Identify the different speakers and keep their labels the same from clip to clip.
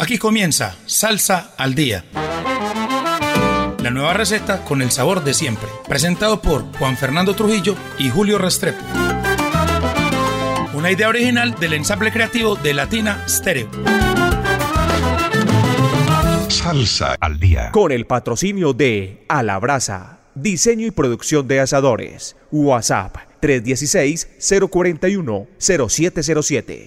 Speaker 1: Aquí comienza Salsa al Día. La nueva receta con el sabor de siempre. Presentado por Juan Fernando Trujillo y Julio Restrepo. Una idea original del ensamble creativo de Latina Stereo.
Speaker 2: Salsa al Día.
Speaker 3: Con el patrocinio de A la Brasa, diseño y producción de asadores. WhatsApp 316-041-0707.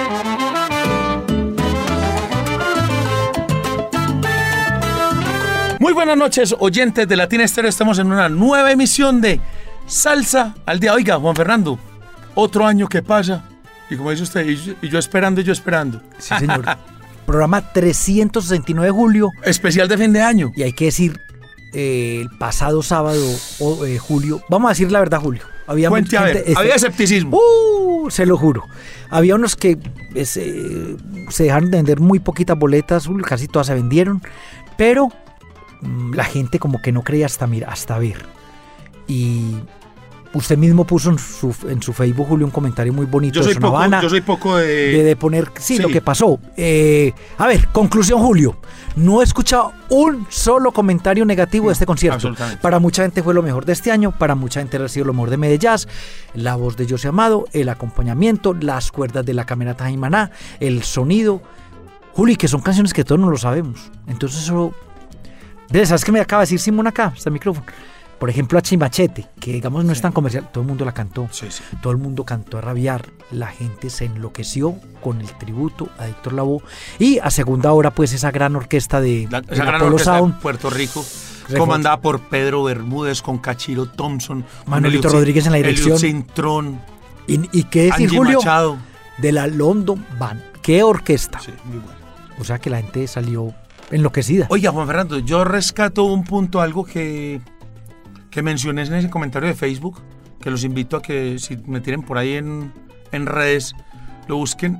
Speaker 1: Muy buenas noches, oyentes de Latina Stereo. Estamos en una nueva emisión de Salsa al Día. Oiga, Juan Fernando, otro año que pasa. Y como dice usted, y yo esperando.
Speaker 4: Sí, señor. Programa 369 de julio.
Speaker 1: Especial de fin de año.
Speaker 4: Y hay que decir, el pasado sábado, julio, vamos a decir la verdad, Julio. Había
Speaker 1: Cuente,
Speaker 4: mucha
Speaker 1: a ver, había escepticismo.
Speaker 4: Se lo juro. Había unos que se dejaron de vender muy poquitas boletas, Julio, casi todas se vendieron, pero la gente como que no creía hasta ver. Y usted mismo puso en su Facebook, Julio, un comentario muy bonito.
Speaker 1: Yo soy poco
Speaker 4: de poner, sí, lo que pasó. A ver, conclusión, Julio. No he escuchado un solo comentario negativo de este concierto. Para mucha gente fue lo mejor de este año, para mucha gente ha sido lo mejor de Medellín, la voz de José Amado, el acompañamiento, las cuerdas de la camerata Jaimaná, el sonido. Julio, que son canciones que todos no lo sabemos. Entonces eso... ¿Sabes qué me acaba de decir Simón acá? Está el micrófono. Por ejemplo, a Chimbachete, que digamos no es tan comercial, todo el mundo la cantó.
Speaker 1: Sí.
Speaker 4: Todo el mundo cantó a rabiar. La gente se enloqueció con el tributo a Héctor Lavoe. Y a segunda hora, pues, esa gran orquesta de
Speaker 1: gran orquesta de Puerto Rico, comandada por Pedro Bermúdez, con Cachiro Thompson,
Speaker 4: Manuelito Rodríguez en la dirección.
Speaker 1: Cintrón.
Speaker 4: ¿Y qué decir,
Speaker 1: Angie
Speaker 4: Julio?
Speaker 1: Machado.
Speaker 4: De la London Band. ¿Qué orquesta?
Speaker 1: Sí, muy bueno.
Speaker 4: O sea que la gente salió enloquecida.
Speaker 1: Oiga, Juan Fernando, yo rescato un punto, algo que mencioné en ese comentario de Facebook, que los invito a que si me tienen por ahí en redes, lo busquen.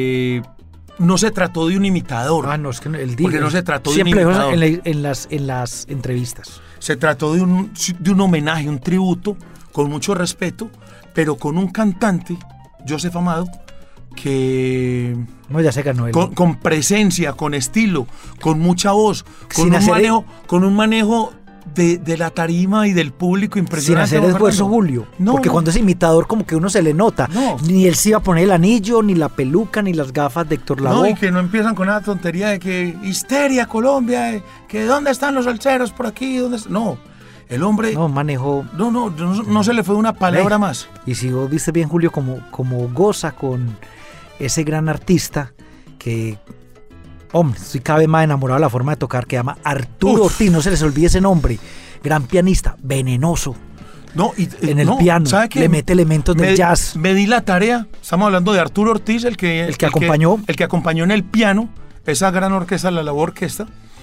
Speaker 1: No se trató de un imitador.
Speaker 4: No, es que
Speaker 1: porque no se trató de un imitador.
Speaker 4: En las entrevistas.
Speaker 1: Se trató de un homenaje, un tributo, con mucho respeto, pero con un cantante, Joseph Amado, que...
Speaker 4: No, ya se ganó él.
Speaker 1: Con presencia, con estilo, con mucha voz, con un manejo de la tarima y del público impresionante.
Speaker 4: Sin hacer esfuerzo, Julio. No, porque cuando es imitador como que uno se le nota.
Speaker 1: No.
Speaker 4: Ni él se iba a poner el anillo, ni la peluca, ni las gafas de Héctor Lavoe.
Speaker 1: No, y que no empiezan con una tontería de que histeria, Colombia, que ¿dónde están los salseros por aquí? No, el hombre...
Speaker 4: No, manejó...
Speaker 1: No se le fue una palabra más.
Speaker 4: Y si vos viste bien, Julio, como goza con ese gran artista que... Hombre, estoy cada vez más enamorado de la forma de tocar, que llama Arturo Ortiz, no se les olvide ese nombre. Gran pianista, venenoso. En el piano, le mete elementos del jazz.
Speaker 1: Me di la tarea, estamos hablando de Arturo Ortiz, el que acompañó en el piano, esa gran orquesta, la Lavoe Orquesta.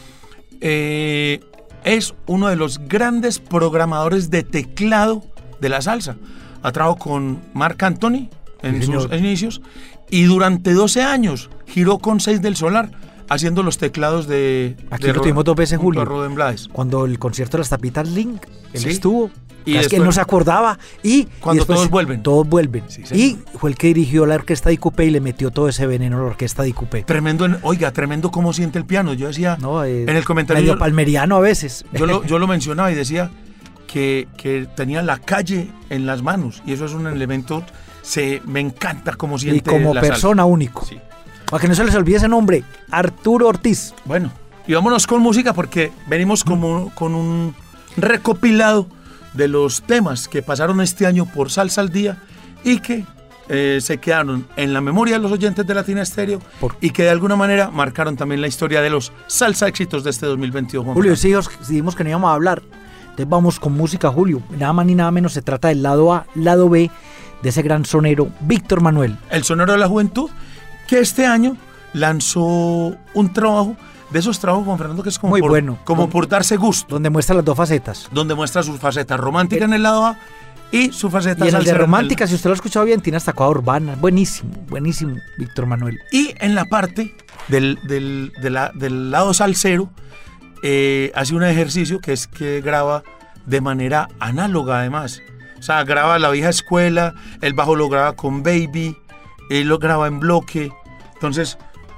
Speaker 1: Es uno de los grandes programadores de teclado de la salsa. Ha trabajado con Marc Anthony en sus inicios y durante 12 años giró con 6 del Solar haciendo los teclados de...
Speaker 4: Aquí lo tuvimos 2 veces, Julio.
Speaker 1: Rubén Blades.
Speaker 4: Cuando el concierto de las tapitas Link, él estuvo.
Speaker 1: Y
Speaker 4: es que él no se acordaba.
Speaker 1: Cuando
Speaker 4: después,
Speaker 1: todos vuelven.
Speaker 4: Sí, y fue el que dirigió la orquesta de Icupé y le metió todo ese veneno a la orquesta de Icupé.
Speaker 1: Tremendo cómo siente el piano. Yo decía, en el comentario...
Speaker 4: Medio palmeriano a veces.
Speaker 1: Yo lo mencionaba y decía que tenía la calle en las manos. Y eso es un elemento... me encanta cómo siente
Speaker 4: y como
Speaker 1: la
Speaker 4: persona
Speaker 1: salsa.
Speaker 4: Único.
Speaker 1: Sí.
Speaker 4: Para que no se les olvide ese nombre, Arturo Ortiz.
Speaker 1: Bueno, y vámonos con música porque venimos con un recopilado de los temas que pasaron este año por Salsa al Día y que se quedaron en la memoria de los oyentes de Latina Stereo y que de alguna manera marcaron también la historia de los salsa éxitos de este 2022.
Speaker 4: Julio, sí, dijimos que no íbamos a hablar. Entonces vamos con música, Julio. Nada más ni nada menos se trata del lado A, lado B de ese gran sonero, Víctor Manuel.
Speaker 1: El sonero de la juventud, que este año lanzó un trabajo, de esos trabajos, Juan Fernando, que es como, por darse gusto.
Speaker 4: Donde muestra las dos facetas.
Speaker 1: Donde muestra su faceta romántica en el lado A y su faceta
Speaker 4: salsera. Y en el de romántica, si usted lo ha escuchado bien, tiene hasta cosa urbana. Buenísimo, Víctor Manuel.
Speaker 1: Y en la parte del lado salsero, hace un ejercicio que es que graba de manera análoga además. O sea, graba la vieja escuela, el bajo lo graba con Baby, él lo graba en bloque. Entonces,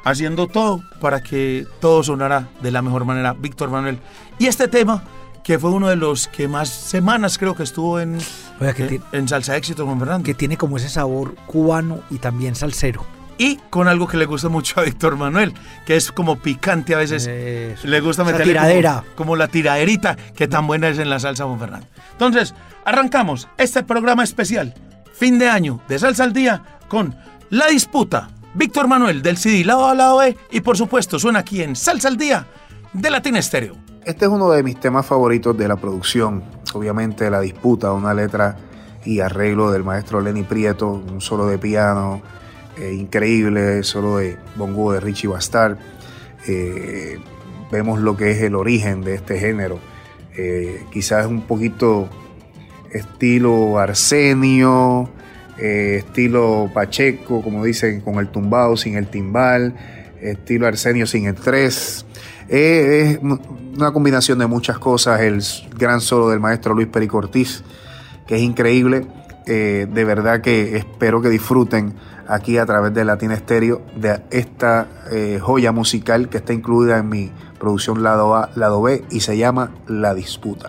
Speaker 1: haciendo todo para que todo sonara de la mejor manera, Víctor Manuel. Y este tema, que fue uno de los que más semanas creo que estuvo en Salsa Éxito con Fernando.
Speaker 4: Que tiene como ese sabor cubano y también salsero.
Speaker 1: Y con algo que le gusta mucho a Víctor Manuel, que es como picante a veces. Le gusta meterle
Speaker 4: tiradera.
Speaker 1: Como la tiraderita, que tan buena es en la salsa con Fernando. Entonces, arrancamos este programa especial, fin de año de Salsa al Día, con La Disputa. Víctor Manuel del CD Lado A Lado B, y por supuesto suena aquí en Salsa al Día de Latina Estéreo.
Speaker 5: Este es uno de mis temas favoritos de la producción. Obviamente La Disputa, una letra y arreglo del maestro Lenny Prieto, un solo de piano increíble, solo de bongo de Richie Bastard. Vemos lo que es el origen de este género. Quizás un poquito estilo Arsenio, estilo Pacheco, como dicen, con el tumbao sin el timbal, estilo Arsenio sin el tres. Es una combinación de muchas cosas. El gran solo del maestro Luis Perico Ortiz, que es increíble. De verdad que espero que disfruten aquí a través de Latina Estéreo de esta joya musical que está incluida en mi producción Lado A, Lado B, y se llama La Disputa.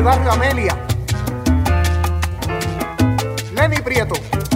Speaker 5: barrio Amelia. Lenny Prieto.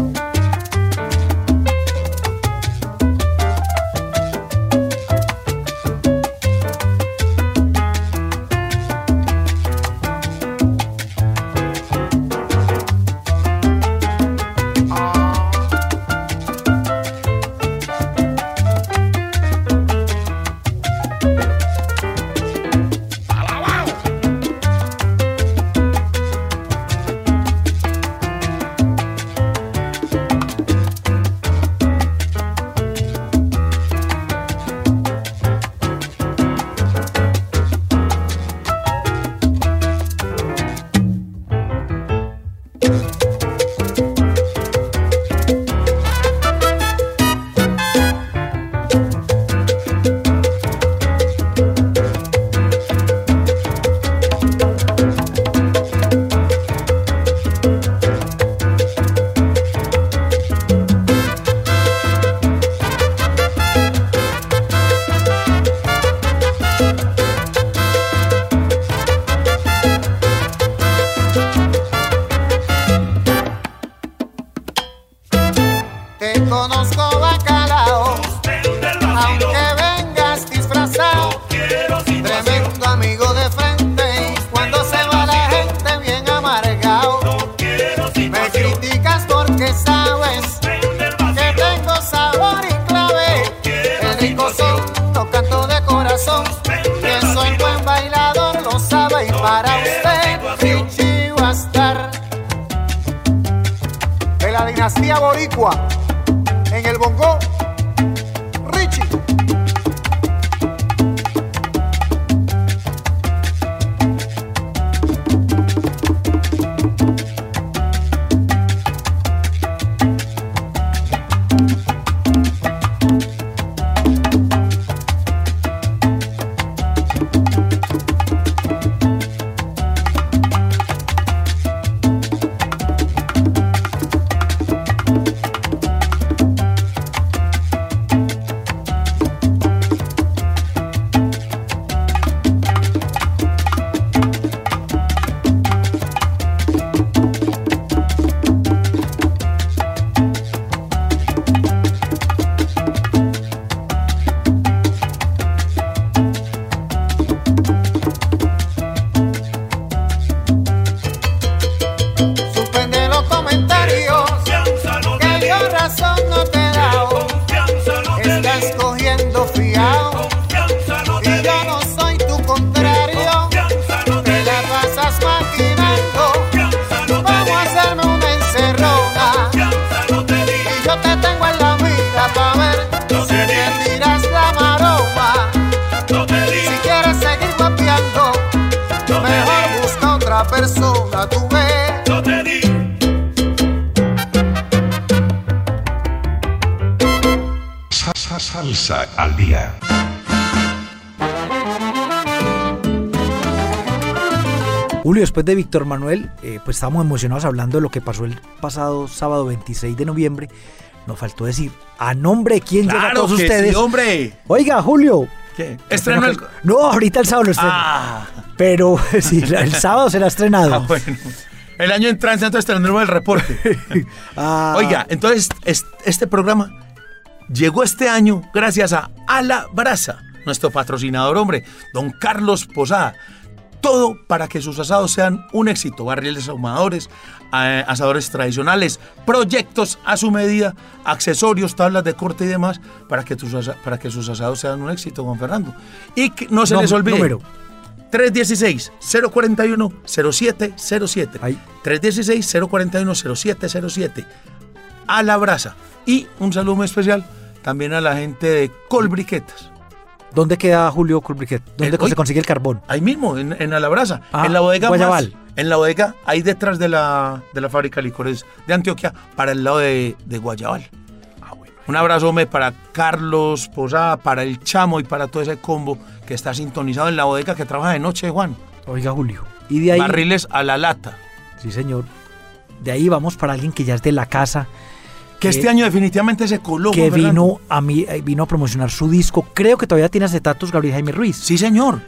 Speaker 5: Dinastía Boricua en el bongo, Richie. Persona tú ves. Yo te di.
Speaker 2: Salsa al día.
Speaker 4: Julio, después de Víctor Manuel, pues estábamos emocionados hablando de lo que pasó el pasado sábado 26 de noviembre. Nos faltó decir a nombre de quién llega a todos ustedes.
Speaker 1: Sí, hombre.
Speaker 4: Oiga, Julio.
Speaker 1: ¿Qué? ¿Estrenó el...?
Speaker 4: No, ahorita el sábado lo estreno. Pero sí, el sábado será estrenado.
Speaker 1: Bueno. El año entrante, entonces tendremos el reporte. Oiga, entonces este programa llegó este año gracias a La Brasa, nuestro patrocinador, hombre, don Carlos Posada. Todo para que sus asados sean un éxito. Barriles ahumadores, asadores tradicionales, proyectos a su medida, accesorios, tablas de corte y demás, para que sus asados sean un éxito, Juan Fernando. Y que no se les olvide. Número. 316-041-0707. 316-041-0707. A La Brasa. Y un saludo muy especial también a la gente de Colbriquetas.
Speaker 4: ¿Dónde queda Julio Colbriquet? ¿Dónde se consigue el carbón?
Speaker 1: Ahí mismo, en A La Brasa. En la bodega
Speaker 4: Guayabal.
Speaker 1: En la bodega, ahí detrás de la fábrica de licores de Antioquia, para el lado de Guayabal. Bueno. Un abrazo, hombre, para Carlos Posada, para el Chamo y para todo ese combo que está sintonizado en la bodega que trabaja de noche, Juan.
Speaker 4: Oiga, Julio. Y de ahí...
Speaker 1: Barriles a la lata.
Speaker 4: Sí, señor. De ahí vamos para alguien que ya es de la casa.
Speaker 1: Que este año definitivamente se coló.
Speaker 4: Que vino a promocionar su disco. Creo que todavía tiene acetatos, Gabriel Jaime Ruiz.
Speaker 1: Sí, señor.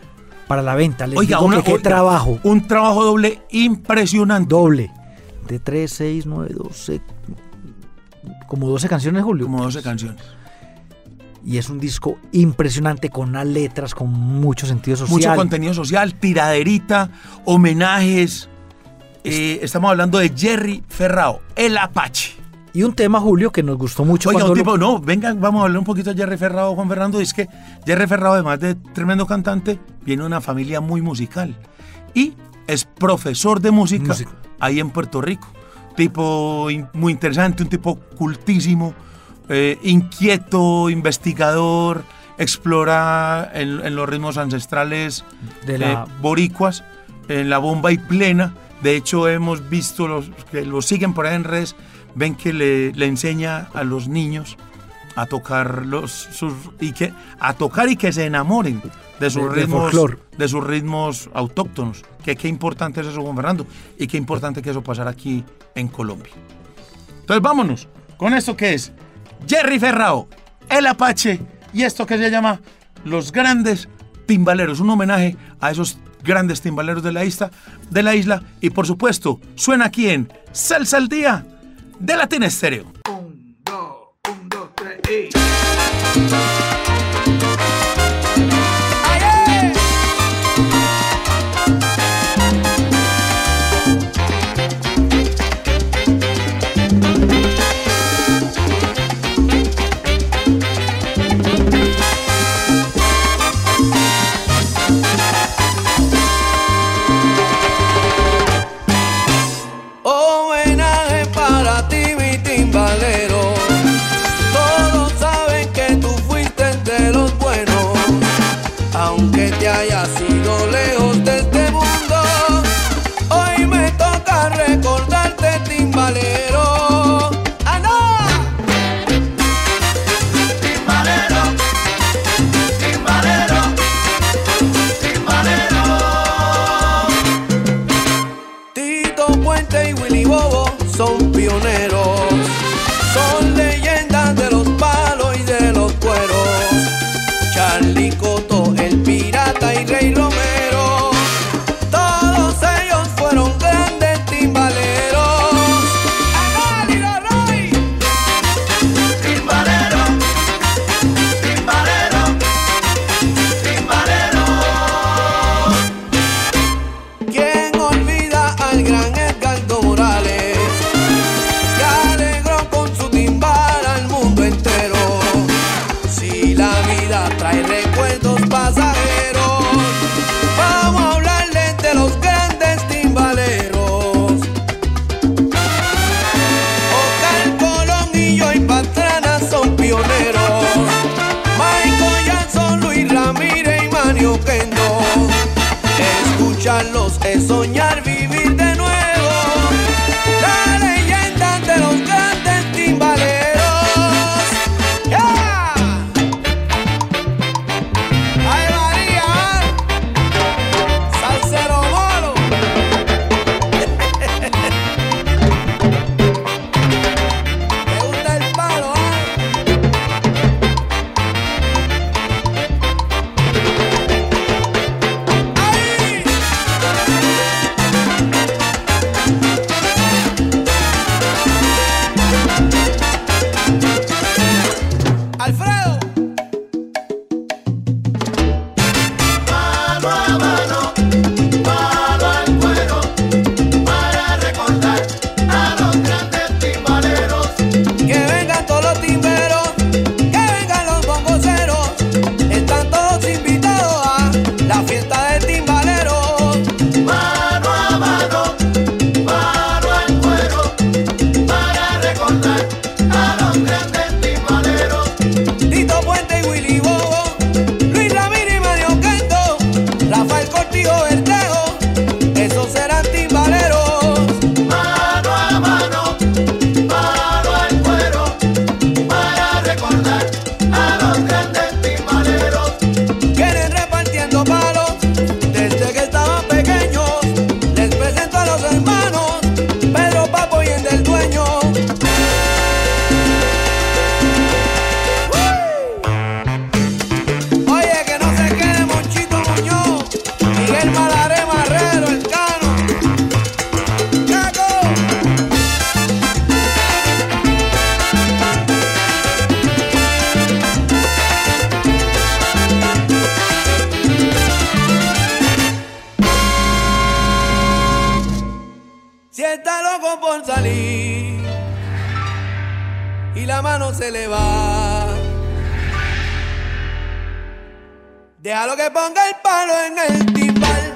Speaker 4: para la venta. Les
Speaker 1: Oiga,
Speaker 4: digo qué trabajo.
Speaker 1: Un trabajo doble impresionante.
Speaker 4: Doble. De 3, 6, 9, 12. Como 12 canciones, Julio.
Speaker 1: Como 12 canciones.
Speaker 4: Y es un disco impresionante con unas letras, con mucho sentido social.
Speaker 1: Mucho contenido social, tiraderita, homenajes. Estamos hablando de Jerry Ferrao, el Apache.
Speaker 4: Y un tema, Julio, que nos gustó mucho.
Speaker 1: Oiga, venga, vamos a hablar un poquito de Jerry Ferrao, Juan Fernando. Es que Jerry Ferrao, además de tremendo cantante, viene de una familia muy musical. Y es profesor de música ahí en Puerto Rico. Tipo muy interesante, un tipo cultísimo, inquieto, investigador, explora en los ritmos ancestrales de boricuas, en la bomba y plena. De hecho, hemos visto los que lo siguen por ahí en redes, ven que le enseña a los niños a tocar a tocar y que se enamoren de sus ritmos autóctonos. Qué importante es eso, Juan Fernando, y qué importante que eso pasara aquí en Colombia. Entonces vámonos con esto que es Jerry Ferrao, el Apache, y esto que se llama Los Grandes Timbaleros, un homenaje a esos grandes timbaleros de la isla, y por supuesto suena aquí en Salsa al Día de Latina Estéreo.
Speaker 6: 1, 2, 3 y...
Speaker 7: Homenaje para ti, mi timbalero. Todos saben que tú fuiste de los buenos, aunque te hayas ido lejos de este mundo. Hoy me toca recordarte, timbalero. Son pioneros, son leyendas de los palos y de los cueros. Charly Cotto, el pirata y Rey Romero, todos ellos fueron grandes timbaleros. ¡Agalilo Roy! Timbalero, timbalero, timbalero. ¿Quién olvida al gran Edgardo Morales? Trae recuerdos pasajeros. Vamos a hablarles de los grandes timbaleros. Oscar Colón y Joey Pastrana son pioneros. Michael Jackson, Luis Ramírez y Manny Oquendo. Escucharlos es soñar vivir de nuevo. La leyenda de los grandes timbaleros. ¡Yeah! Si está loco por salir y la mano se le va, déjalo que ponga el palo en el timbal.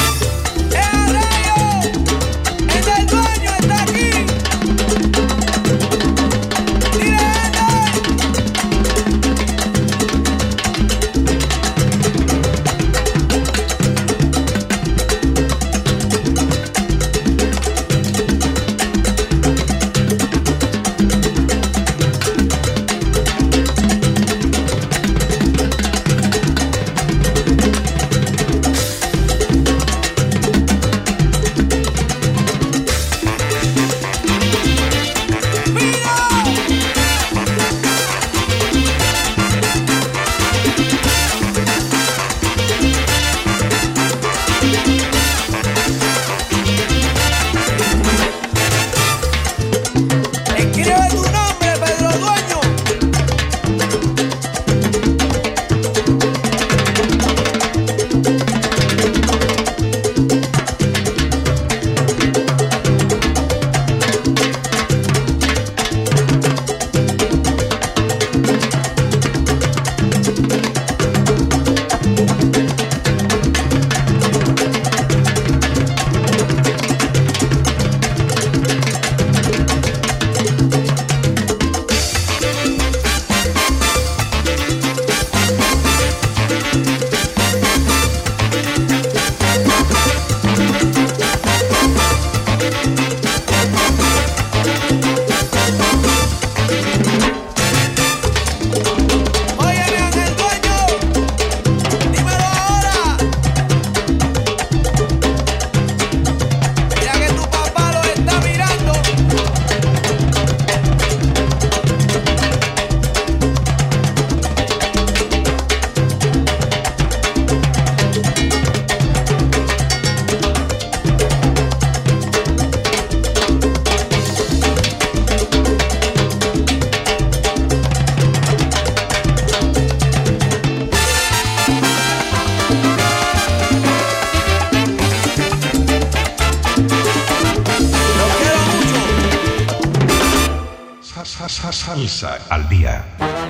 Speaker 2: Salsa al día.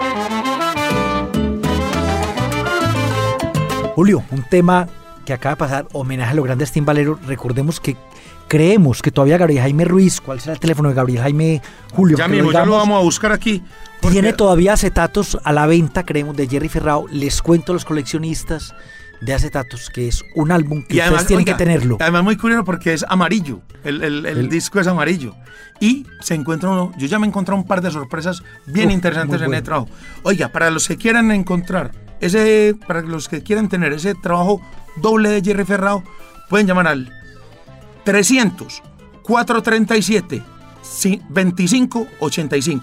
Speaker 4: Julio, un tema que acaba de pasar, homenaje a los grandes timbaleros. Recordemos que creemos que todavía Gabriel Jaime Ruiz, ¿cuál será el teléfono de Gabriel Jaime, Julio?
Speaker 1: Ya mismo, ya lo vamos a buscar aquí.
Speaker 4: Tiene todavía acetatos a la venta, creemos, de Jerry Ferrao. Les cuento a los coleccionistas de acetatos que es un álbum que ustedes tienen que tenerlo.
Speaker 1: Además muy curioso porque es amarillo, el disco es amarillo. Y se encuentra uno, yo ya me he encontrado un par de sorpresas bien interesantes en el trabajo. Oiga, para los que quieran encontrar para los que quieran tener ese trabajo doble de Jerry Ferrao, pueden llamar al 300-437-2585.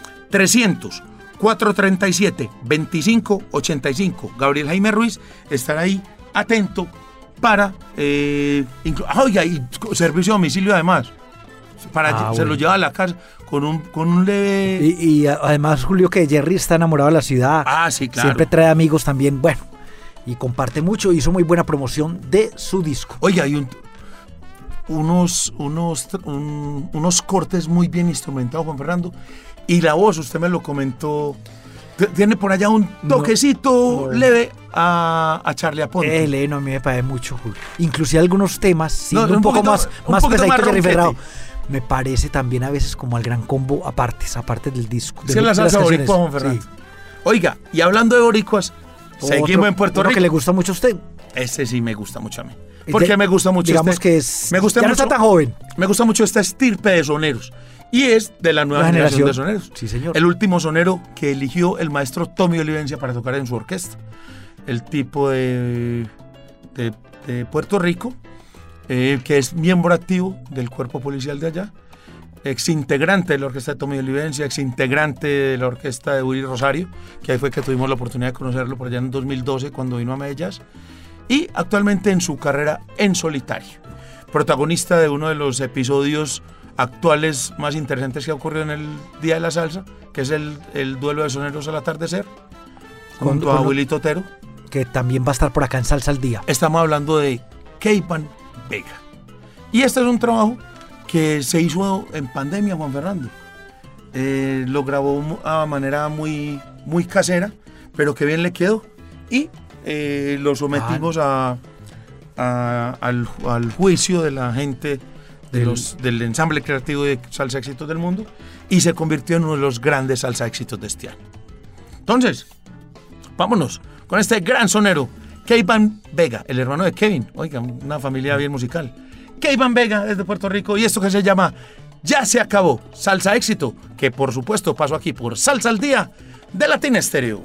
Speaker 1: 300-437-2585. Gabriel Jaime Ruiz estará ahí atento para oiga, y servicio a domicilio además. Se lo lleva a la casa con un leve...
Speaker 4: Y además, Julio, que Jerry está enamorado de la ciudad.
Speaker 1: Sí, claro.
Speaker 4: Siempre trae amigos también, bueno, y comparte mucho. Hizo muy buena promoción de su disco.
Speaker 1: Oye, hay unos cortes muy bien instrumentados, Juan Fernando. Y la voz, usted me lo comentó, tiene por allá un toquecito leve a Charlie Aponte.
Speaker 4: No, a mí me parece mucho, Julio. Inclusive algunos temas, siendo un poco más pesaditos que Jerry Ferrao. Me parece también a veces como al Gran Combo aparte del disco.
Speaker 1: Sí, la salsa boricua, Juan Fernando. Sí. Oiga, y hablando de boricuas, seguimos en Puerto Rico.
Speaker 4: Que le gusta mucho a usted.
Speaker 1: Ese sí me gusta mucho a mí. Porque me gusta mucho
Speaker 4: digamos que es...
Speaker 1: Me gusta
Speaker 4: ya
Speaker 1: mucho,
Speaker 4: no está tan joven.
Speaker 1: Me gusta mucho esta estirpe de soneros. Y es de la nueva generación de soneros.
Speaker 4: Sí, señor.
Speaker 1: El último sonero que eligió el maestro Tommy Olivencia para tocar en su orquesta. El tipo de Puerto Rico, que es miembro activo del cuerpo policial de allá, exintegrante de la orquesta de Tommy Olivencia, exintegrante de la orquesta de Willy Rosario, que ahí fue que tuvimos la oportunidad de conocerlo por allá en 2012 cuando vino a Medellín, y actualmente en su carrera en solitario. Protagonista de uno de los episodios actuales más interesantes que ha ocurrido en el Día de la Salsa, que es el duelo de soneros al atardecer, junto a Wilito Otero,
Speaker 4: que también va a estar por acá en Salsa al Día.
Speaker 1: Estamos hablando de Keipan Vega. Y este es un trabajo que se hizo en pandemia, Juan Fernando. Lo grabó a manera muy, muy casera, pero que bien le quedó. Y lo sometimos al juicio de la gente del ensamble creativo de salsa éxitos del mundo, y se convirtió en uno de los grandes salsa éxitos de este año. Entonces, vámonos con este gran sonero, Keivan Vega, el hermano de Kevin. Oiga, una familia bien musical. Keivan Vega desde Puerto Rico, y esto que se llama Ya se acabó, salsa éxito, que por supuesto pasó aquí por Salsa al Día de Latina Estéreo.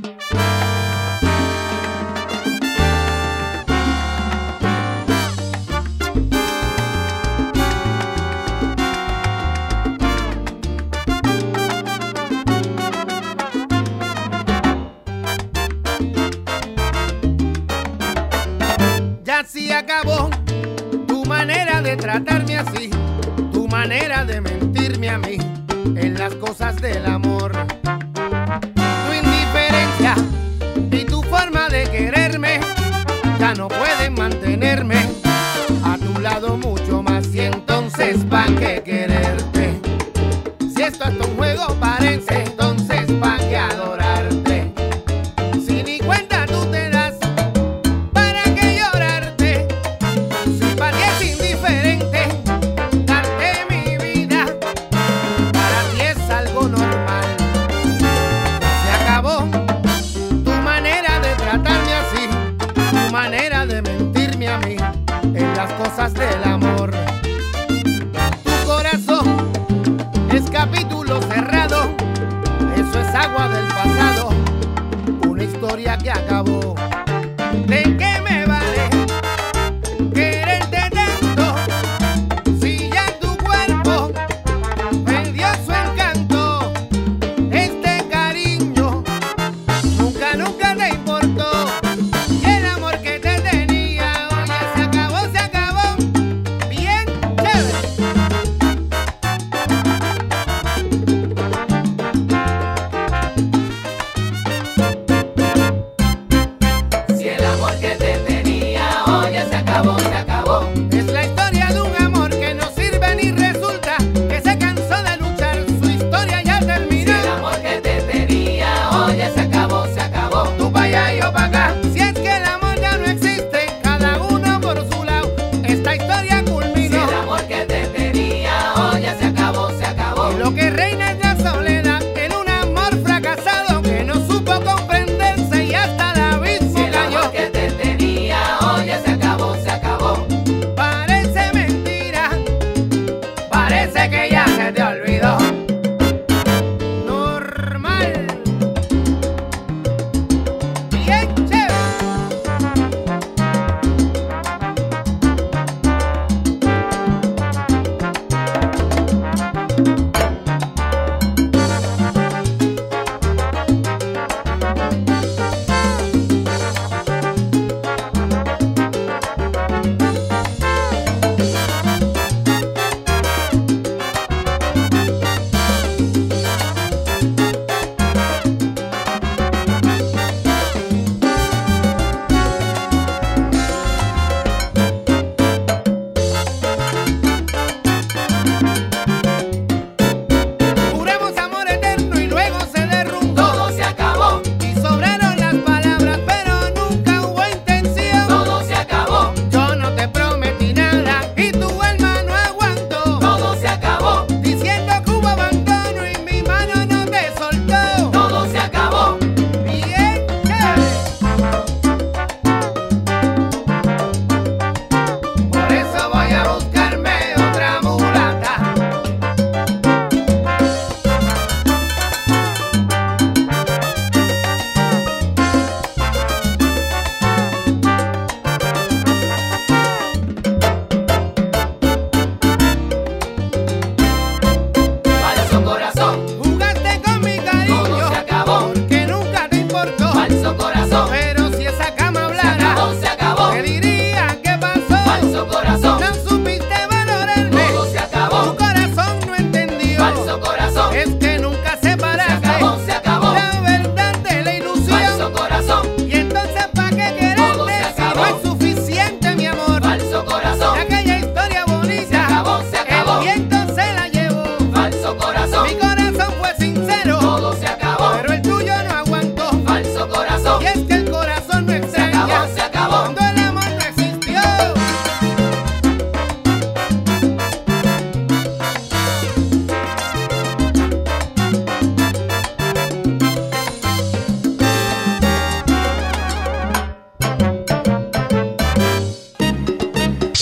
Speaker 7: Se acabó tu manera de tratarme así, tu manera de mentirme a mí en las cosas del amor, tu indiferencia y tu forma de quererme ya no pueden mantenerme a tu lado mucho más, y entonces ¿pa' qué quererte? Si esto es un juego parece, entonces ¿pa' qué adorarte? Si ni cuenta tú te das, ¿para qué llorarte? Si para ti es indiferente darte mi vida, para ti es algo normal. Se acabó tu manera de tratarme así, tu manera de mentirme a mí en las cosas del amor. Tu corazón es capítulo cerrado, eso es agua del pasado, una historia que acabó. ¿De qué me vale quererte tanto si ya tu cuerpo perdió su encanto? Este cariño nunca, nunca te importó, y el amor que te tenía, oye, se acabó, bien chévere.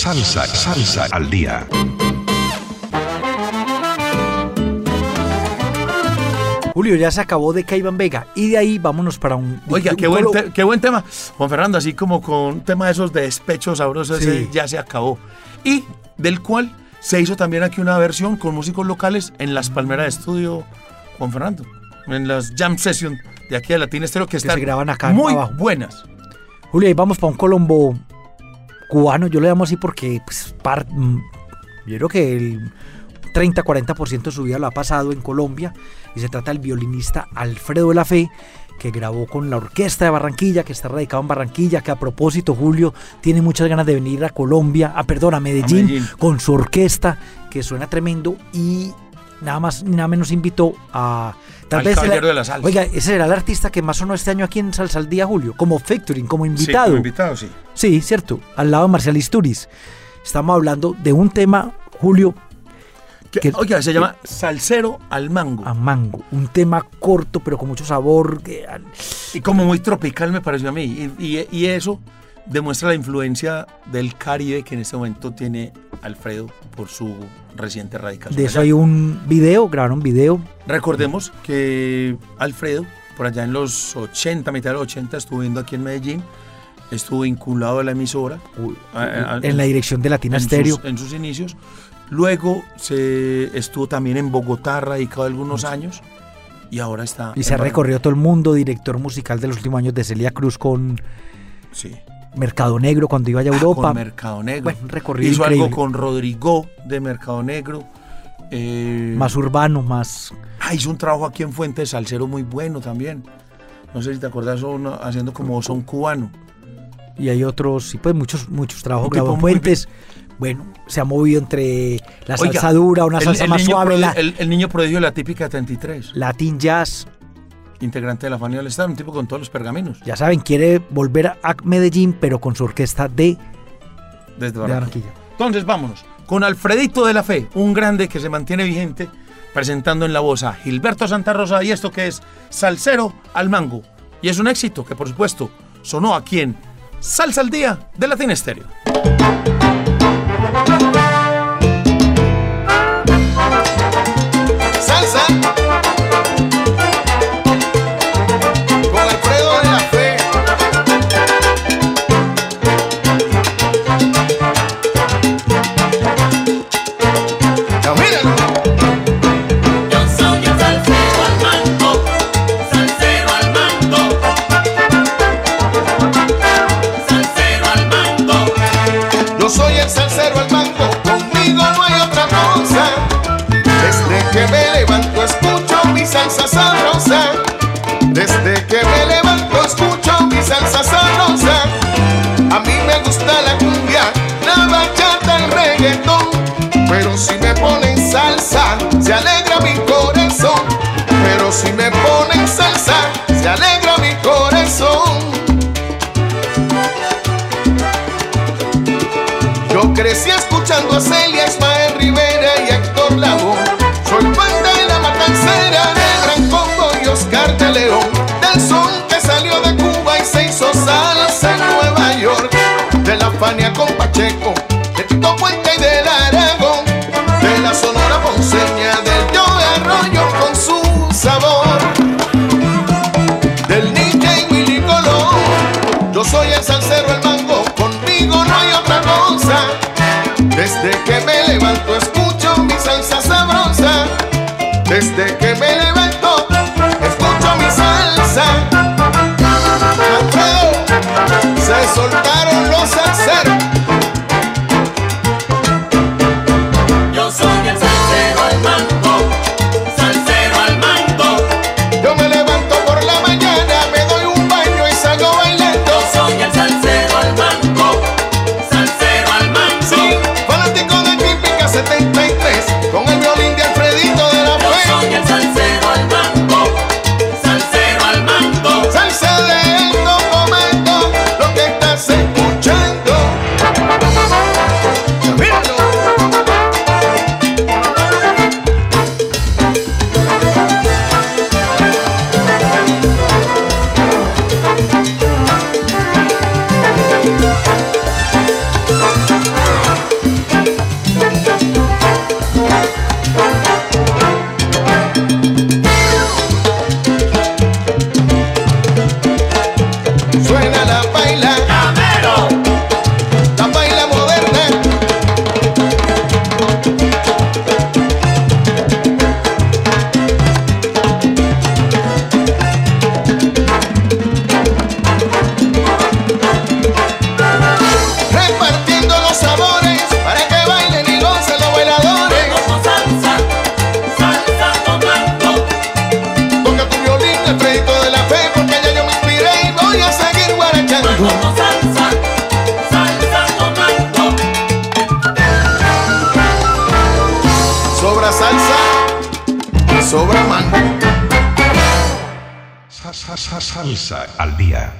Speaker 2: Salsa al día.
Speaker 4: Julio, ya se acabó de Caiban Vega y de ahí vámonos para un...
Speaker 1: Oiga, qué buen tema. Juan Fernando, así como con tema de esos de despecho sabroso,
Speaker 4: Sí.
Speaker 1: ese ya se acabó. Y del cual se hizo también aquí una versión con músicos locales en las Palmeras de Estudio, Juan Fernando. En las jam session de aquí de Latina Estéreo que están
Speaker 4: se graban acá
Speaker 1: muy
Speaker 4: abajo.
Speaker 1: buenas.
Speaker 4: Julio, ahí vamos para un colombo cubano, yo le llamo así porque pues, yo creo que el 30-40% de su vida lo ha pasado en Colombia y se trata del violinista Alfredo de la Fe, que grabó con la Orquesta de Barranquilla, que está radicado en Barranquilla, que a propósito, Julio, tiene muchas ganas de venir a Colombia, a Medellín, con su orquesta, que suena tremendo, y nada más ni nada menos invitó a...
Speaker 1: Al Caballero de la Salsa.
Speaker 4: Oiga, ese será el artista que más sonó este año aquí en Salsa al Día, Julio, como featuring, como invitado.
Speaker 1: Sí, como invitado, sí.
Speaker 4: Sí, cierto, al lado de Marcial Isturiz. Estamos hablando de un tema, Julio,
Speaker 1: Oiga, se llama Salsero al Mango.
Speaker 4: A mango, un tema corto pero con mucho sabor.
Speaker 1: Y como muy tropical me pareció a mí. Y eso demuestra la influencia del Caribe que en este momento tiene Alfredo por su reciente radicación.
Speaker 4: De eso hay un video, grabaron un video.
Speaker 1: Recordemos que Alfredo, por allá en los 80, mitad de los 80, estuvo viendo aquí en Medellín, estuvo vinculado a la emisora.
Speaker 4: En la dirección de Latina Estéreo.
Speaker 1: En sus inicios. Luego se estuvo también en Bogotá, radicado algunos años, y ahora está...
Speaker 4: Y se ha recorrido todo el mundo, director musical de los últimos años de Celia Cruz con Mercado Negro cuando iba allá a Europa.
Speaker 1: Con Mercado Negro.
Speaker 4: Bueno, un recorrido
Speaker 1: hizo
Speaker 4: increíble.
Speaker 1: algo con Rodrigo de Mercado Negro.
Speaker 4: Más urbano, más...
Speaker 1: hizo un trabajo aquí en Fuentes Salsero muy bueno también. No sé si te acuerdas, haciendo como son cubano.
Speaker 4: Y hay otros, sí, pues muchos trabajos grabó en Fuentes. Bueno, se ha movido entre la salsa dura, una salsa más suave.
Speaker 1: El niño prodigio de la típica 33.
Speaker 4: Latin Jazz.
Speaker 1: Integrante de la familia del Estado, un tipo con todos los pergaminos.
Speaker 4: Ya saben, quiere volver a Medellín, pero con su orquesta desde Barranquilla.
Speaker 1: Entonces vámonos con Alfredito de la Fe, un grande que se mantiene vigente, presentando en la voz a Gilberto Santa Rosa, y esto que es Salsero al Mango. Y es un éxito que, por supuesto, sonó aquí en Salsa al Día de Latina Estéreo.
Speaker 8: Salsa con Alfredo de la Fe. Ya míralo.
Speaker 7: Yo soy el salsero al mango, salsero al mango, salsero al mango.
Speaker 8: Yo soy el salsero al mango, conmigo no hay otra cosa. Desde que me levanto escucho mi salsa sabrosa. Desde que me levanto escucho mi salsa sabrosa. A mí me gusta la cumbia, la bachata, el reggaetón, pero si me ponen salsa, se alegra mi corazón. Pero si me ponen salsa, se alegra mi corazón. Yo crecí escuchando a Celia, Ismael Rivera y Héctor Lavoe. Soy fan de la matancera, del Gran Combo y Oscar de León, del son que salió de Cuba y se hizo salsa en Nueva York, de la Fania con Pacheco, de Tito Puente y del Aragón, de la Sonora Ponceña, del Joe Arroyo con su sabor, del DJ Willy Colón. Yo soy el salsero al mango, conmigo no hay otra cosa. Desde que me levanto escucho mi salsa sabrosa. Desde que me levanto escucho mi salsa. Alfredo, se soltaron los salseros.
Speaker 7: Yo soy el salsero al mango, salsero al mango.
Speaker 8: Yo me levanto por la mañana, me doy un baño y salgo bailando.
Speaker 7: Yo soy el salsero al mango, salsero al mango.
Speaker 8: Sí, fanático de Típica 73, con el violín de Alfredito de la Fe.
Speaker 7: Yo soy el salsero al mango, salsero al mango.
Speaker 8: Salsa de el documento, lo que estás escuchando. los sabores para que bailen y gocen los bailadores.
Speaker 7: Como salsa, salsa tomando.
Speaker 8: Toca tu violín, Alfredito de la Fe, porque ya yo me inspiré y voy a seguir guarachando.
Speaker 7: Como salsa, salsa tomando.
Speaker 8: Sobra salsa, sobra mango.
Speaker 2: Salsa al día.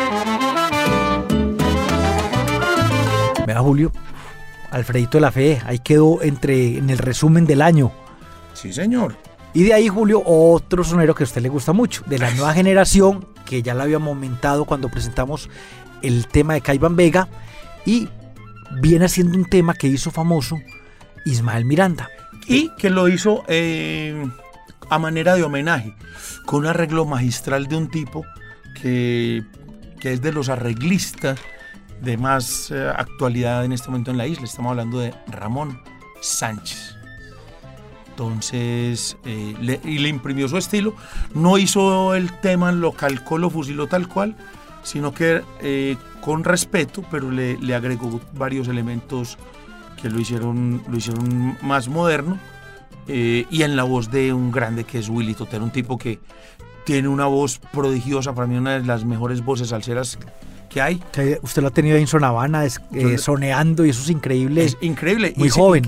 Speaker 4: Vea, Julio, Alfredito de la Fe, ahí quedó en el resumen del año.
Speaker 1: Sí, señor.
Speaker 4: Y de ahí, Julio, otro sonero que a usted le gusta mucho, de la nueva generación, que ya la habíamos momentado cuando presentamos el tema de Caiban Vega, y viene haciendo un tema que hizo famoso Ismael Miranda.
Speaker 1: Y que lo hizo a manera de homenaje, con un arreglo magistral de un tipo que es de los arreglistas de más actualidad en este momento en la isla. Estamos hablando de Ramón Sánchez. Entonces, le imprimió su estilo. No hizo el tema, lo calcó, lo fusiló tal cual, sino que con respeto, pero le agregó varios elementos que lo hicieron más moderno. Y en la voz de un grande que es Willy Totero, un tipo que tiene una voz prodigiosa, para mí una de las mejores voces salseras que hay.
Speaker 4: Que usted lo ha tenido ahí en Zona Habana, soneando, y eso es increíble.
Speaker 1: Es increíble.
Speaker 4: Muy joven.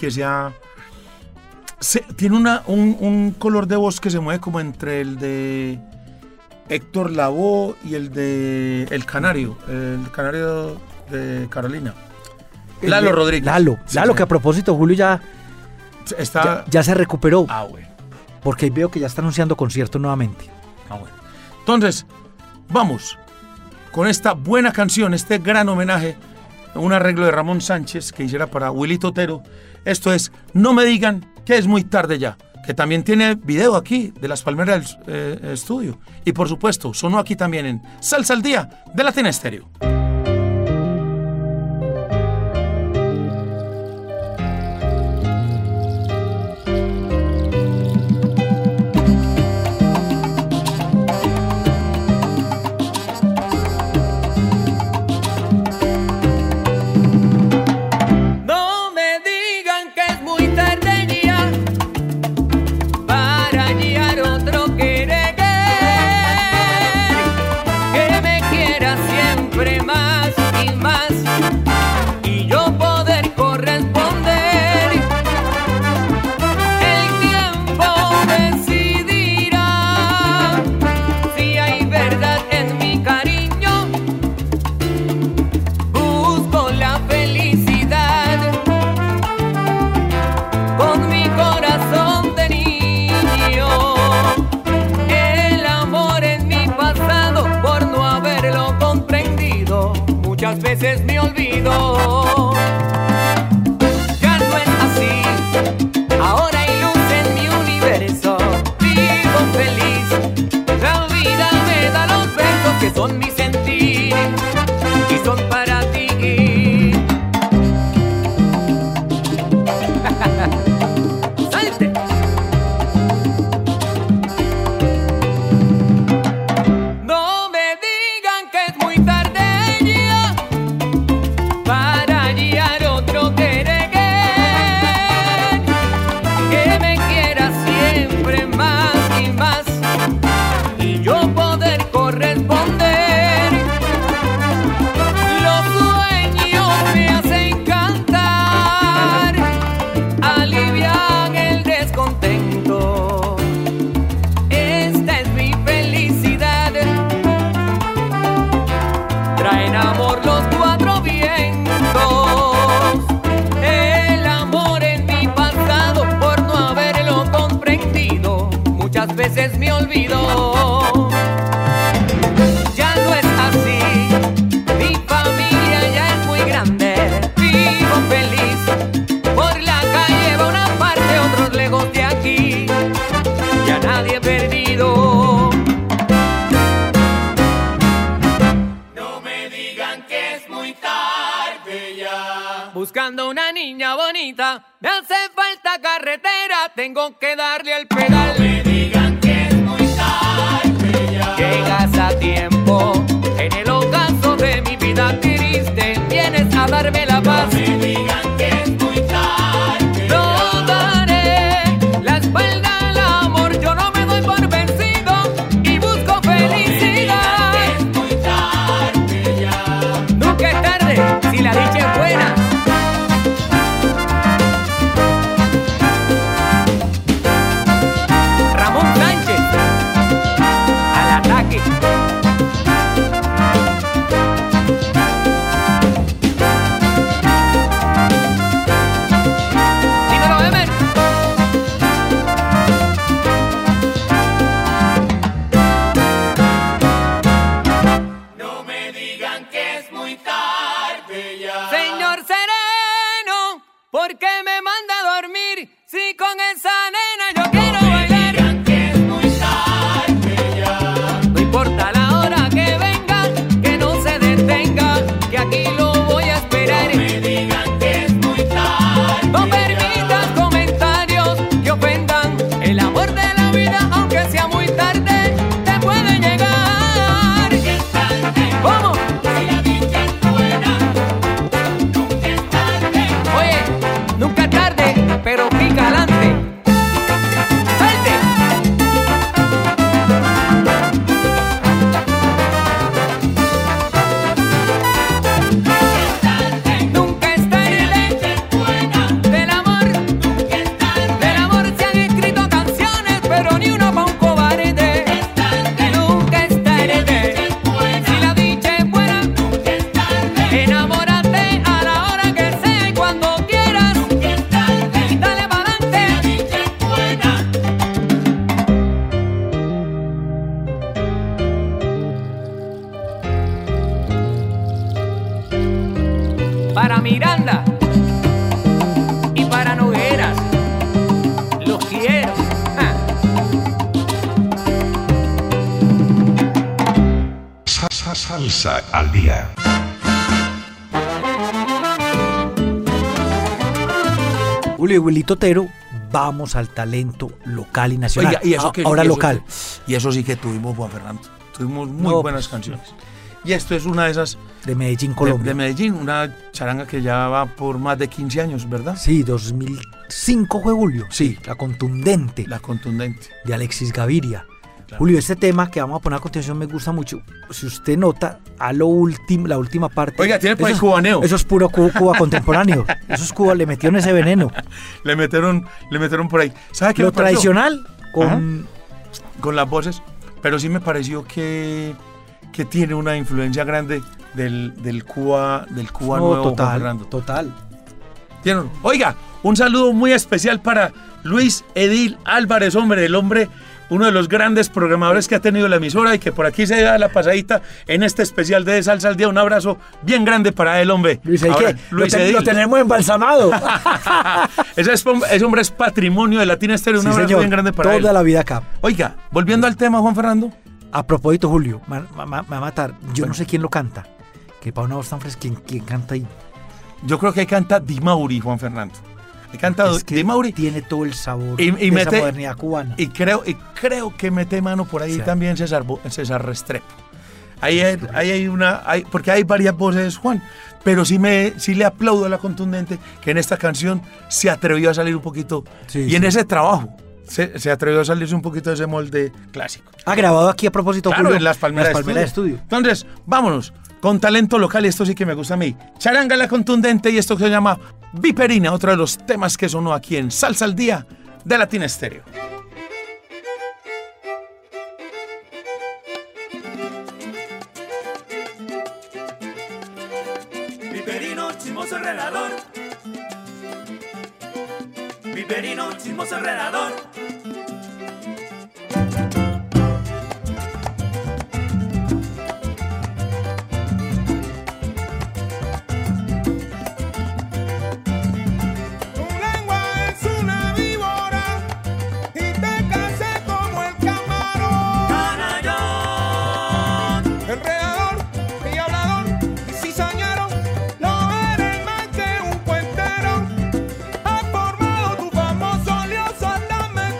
Speaker 1: Tiene un color de voz que se mueve como entre el de Héctor Lavoe y el de El Canario de Carolina. Lalo Rodríguez.
Speaker 4: Lalo, que a propósito, Julio ya se recuperó.
Speaker 1: Ah, bueno.
Speaker 4: Porque veo que ya está anunciando concierto nuevamente.
Speaker 1: Ah, bueno. Entonces, vamos con esta buena canción, este gran homenaje, un arreglo de Ramón Sánchez que hiciera para Willy Totero. Esto es No me digan que es muy tarde ya, que también tiene video aquí de Las Palmeras del Estudio. Y por supuesto, sonó aquí también en Salsa al Día de Latina Estéreo.
Speaker 7: Veces me olvido, ya no es así, ahora hay luz en mi universo, vivo feliz, la vida me da los besos que son mi sentir y son para ti. ¡Salte! No me digan que es muy tarde para hallar otro querer, que me quiera siempre más y más, y yo poder corresponder. Los sueños me hacen cantar, alivian el descontento. Esta es mi felicidad, traen amor los cuatro vientos. El amor en mi pasado, por no haberlo comprendido, muchas veces me olvido. Ya no es así, mi familia ya es muy grande, vivo feliz, por la calle va una parte, otros lejos de aquí, ya nadie he perdido. No me digan que es muy tarde ya. Buscando una niña bonita, me hace falta carretera, tengo que darle al pedal. No me digan que es muy tarde ya. Llegas a tiempo, en el ocaso de mi vida triste, vienes a dar darme la paz. No me digan que es muy tarde. No daré la espalda al amor, yo no me doy por vencido y busco felicidad. Es muy tarde ya. Nunca es tarde si la dicha es buena. Ramón Sánchez, al ataque. Dímelo, Emer. No me digan que es muy tarde ya. Señor Sereno, ¿por qué me manda a dormir si con esa nena yo quiero bailar? No me digan que es muy tarde ya. No importa la hora que venga, que no se detenga, que aquí lo voy a esperar. No me digan que es muy tarde. No permitas comentarios que ofendan el amor de la vida, aunque sea muy tarde, te puede llegar. ¿Cómo? Si la dicha es buena, nunca es tarde. Oye, nunca es tarde, pero pica adelante. ¡Salte! Nunca es tarde. Del amor, nunca es tarde. Del amor se han escrito canciones, pero ni una pa' un cobarde. Nunca es tarde. Si la dicha es buena, nunca es tarde. Enamórate a la hora que sea y cuando quieras. Nunca es tarde. Dale para adelante. Si la dicha es buena. Para Miranda y para Nogueras, los quiero.
Speaker 2: Salsa al día.
Speaker 4: Julio y Wilito Otero, vamos al talento local y nacional.
Speaker 1: Oiga, y eso que
Speaker 4: ahora
Speaker 1: y eso
Speaker 4: local.
Speaker 1: Y eso sí que tuvimos, Juan Fernando. Tuvimos muy
Speaker 4: No,
Speaker 1: buenas
Speaker 4: pues,
Speaker 1: canciones. Y esto es una de esas
Speaker 4: De Medellín, Colombia.
Speaker 1: de Medellín, una charanga que ya va por más de 15 años, ¿verdad?
Speaker 4: Sí, 2005 fue Julio.
Speaker 1: Sí.
Speaker 4: La contundente
Speaker 1: La contundente.
Speaker 4: de Alexis Gaviria.
Speaker 1: Claro.
Speaker 4: Julio, este tema que vamos a poner a continuación me gusta mucho. Si usted nota, a lo último, la última parte.
Speaker 1: Oiga, tiene por ahí
Speaker 4: eso es-
Speaker 1: cubaneo.
Speaker 4: Eso es puro Cuba contemporáneo. Eso es Cuba, le metieron ese veneno.
Speaker 1: Le metieron por ahí. ¿Sabe qué
Speaker 4: Lo
Speaker 1: me pareció?
Speaker 4: tradicional con...
Speaker 1: Con las voces, pero sí me pareció que tiene una influencia grande del Cuba
Speaker 4: No,
Speaker 1: nuevo, Juan
Speaker 4: total,
Speaker 1: Fernando.
Speaker 4: total.
Speaker 1: Oiga, un saludo muy especial para Luis Edil Álvarez, hombre, el hombre, uno de los grandes programadores que ha tenido la emisora y que por aquí se da la pasadita en este especial de Salsa al Día. Un abrazo bien grande para él, hombre.
Speaker 4: Luis, ¿y
Speaker 1: Ahora,
Speaker 4: qué?
Speaker 1: Luis
Speaker 4: Lo
Speaker 1: Edil.
Speaker 4: tenemos embalsamado.
Speaker 1: Ese hombre es patrimonio de Latina Estéreo. Un
Speaker 4: Sí,
Speaker 1: abrazo
Speaker 4: señor,
Speaker 1: bien grande para él.
Speaker 4: toda la vida acá.
Speaker 1: Oiga, volviendo al tema, Juan Fernando.
Speaker 4: A propósito, Julio, me va a matar. Yo no sé quién lo canta. Que para una voz tan fresca, ¿quién canta ahí?
Speaker 1: Yo creo que ahí canta Di Mauri, Juan Fernando. Ahí canta
Speaker 4: Es que
Speaker 1: Di Mauri.
Speaker 4: tiene todo el sabor
Speaker 1: Y
Speaker 4: de
Speaker 1: mete-
Speaker 4: esa modernidad cubana.
Speaker 1: Y creo que mete mano por ahí
Speaker 4: Sí.
Speaker 1: también César Restrepo. Porque hay varias voces, Juan. Pero sí le aplaudo a la contundente que en esta canción se atrevió a salir un poquito.
Speaker 4: Sí,
Speaker 1: y
Speaker 4: sí.
Speaker 1: en ese trabajo se atrevió a salirse un poquito de ese molde clásico.
Speaker 4: Ha grabado aquí a propósito,
Speaker 1: Claro,
Speaker 4: Julio,
Speaker 1: en Las Palmeras,
Speaker 4: de Estudio.
Speaker 1: Entonces, vámonos con talento local y esto sí que me gusta a mí. Charanga la contundente y esto que se llama Viperina, otro de los temas que sonó aquí en Salsa al Día de Latina Estéreo.
Speaker 9: Viperino, chismoso enredador. Viperino, chismoso enredador.
Speaker 10: Tu lengua es una víbora y te casé como el camarón.
Speaker 9: Canallón.
Speaker 10: Enredador y hablador y cizañero, no eres más que un cuentero. Has formado tu famoso lioso al darme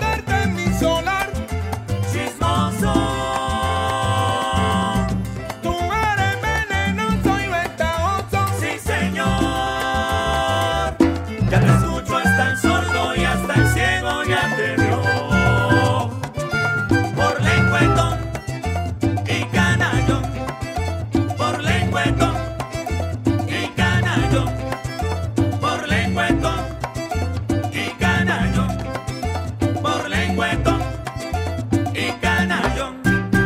Speaker 9: Ya te escucho hasta el sordo y hasta el ciego ya te vio. Por lengüetón y canallón, por lengüetón y canallón, por lengüetón y canallón, por lengüetón y canallón.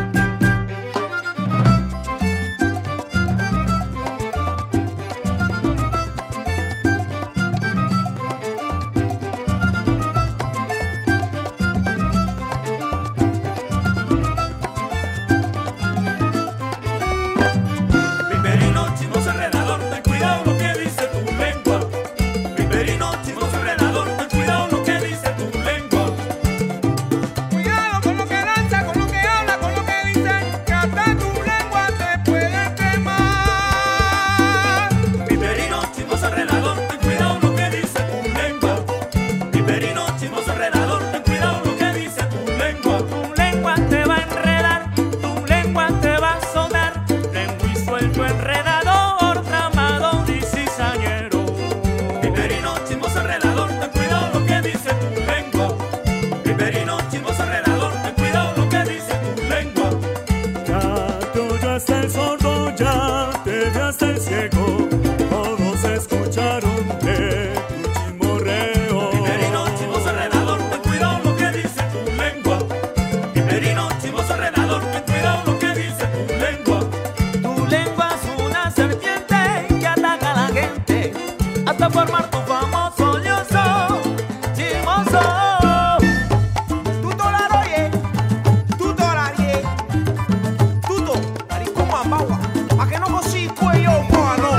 Speaker 9: Viperino, chismoso enredador, ten cuidado lo que dice tu lengua. Viperino, chismoso enredador, ten cuidado lo que dice tu lengua.
Speaker 10: Cuidado con lo que lanza, con lo que habla, con lo que dice, que hasta tu lengua te puede quemar.
Speaker 9: Viperino, chismoso enredador, ten cuidado lo que dice tu lengua. Viperino, chismoso enredador, ten cuidado lo que dice tu lengua.
Speaker 11: Tu lengua te va a enredar, tu lengua te va a sonar. Lengua y suelto enredador, tramador y cizañero.
Speaker 9: Viperino, chismoso enredador, ten cuidado lo que dice tu lengua. Viperino, chismoso enredador, ten cuidado lo que dice tu lengua.
Speaker 11: Ya te oyó hasta el sordo, ya te vio hasta el ciego. Todos escucharon de tu chismorreo.
Speaker 9: Viperino, chismoso enredador, ten cuidado lo que dice tu lengua. Viperino, chismoso enredador, ten cuidado lo que dice tu lengua.
Speaker 11: Tu lengua es una serpiente que ataca a la gente hasta formar tu famoso lioso chismoso.
Speaker 10: Tuto la roye, tuto la rie, tuto, maricón mambagua, a que no consigo cuello, no.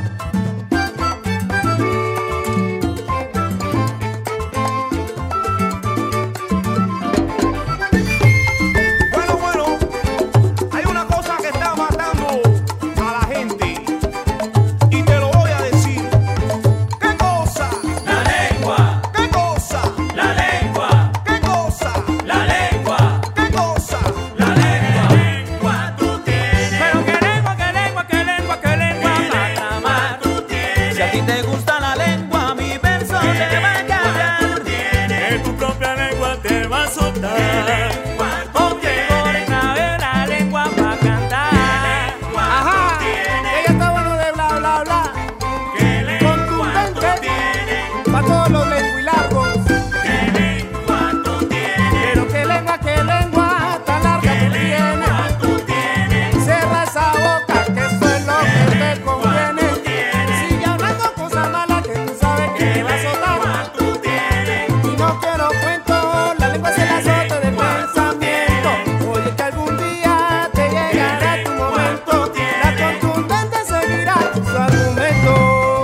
Speaker 10: Bueno, hay una cosa que está matando a la gente y te lo voy a decir. ¿Qué cosa?
Speaker 9: La lengua,
Speaker 10: ¿Qué cosa?
Speaker 9: la lengua,
Speaker 10: ¿Qué cosa?
Speaker 9: la lengua,
Speaker 10: ¿Qué cosa?
Speaker 9: la lengua tú tienes.
Speaker 11: Pero qué lengua, qué lengua, qué lengua, qué lengua para amar.
Speaker 9: Tú tienes.
Speaker 11: Si a ti te gusta la lengua, mi verso te va a callar.
Speaker 9: tienes.
Speaker 11: Que tu propia lengua te va a soltar. Oye, a ver la lengua para cantar.
Speaker 10: Ajá, ella está bueno de bla bla bla. Contundente para todos los lenguilargos. Pero qué lengua tan larga tú tienes. Cierra esa boca que eso es lo que te conviene. Sigue hablando cosas malas que tú sabes que te va a azotar. Y no quiero cuento, la lengua se la azota de pensamiento. Oye que algún día te llegará tu momento. La contundente seguirá su argumento.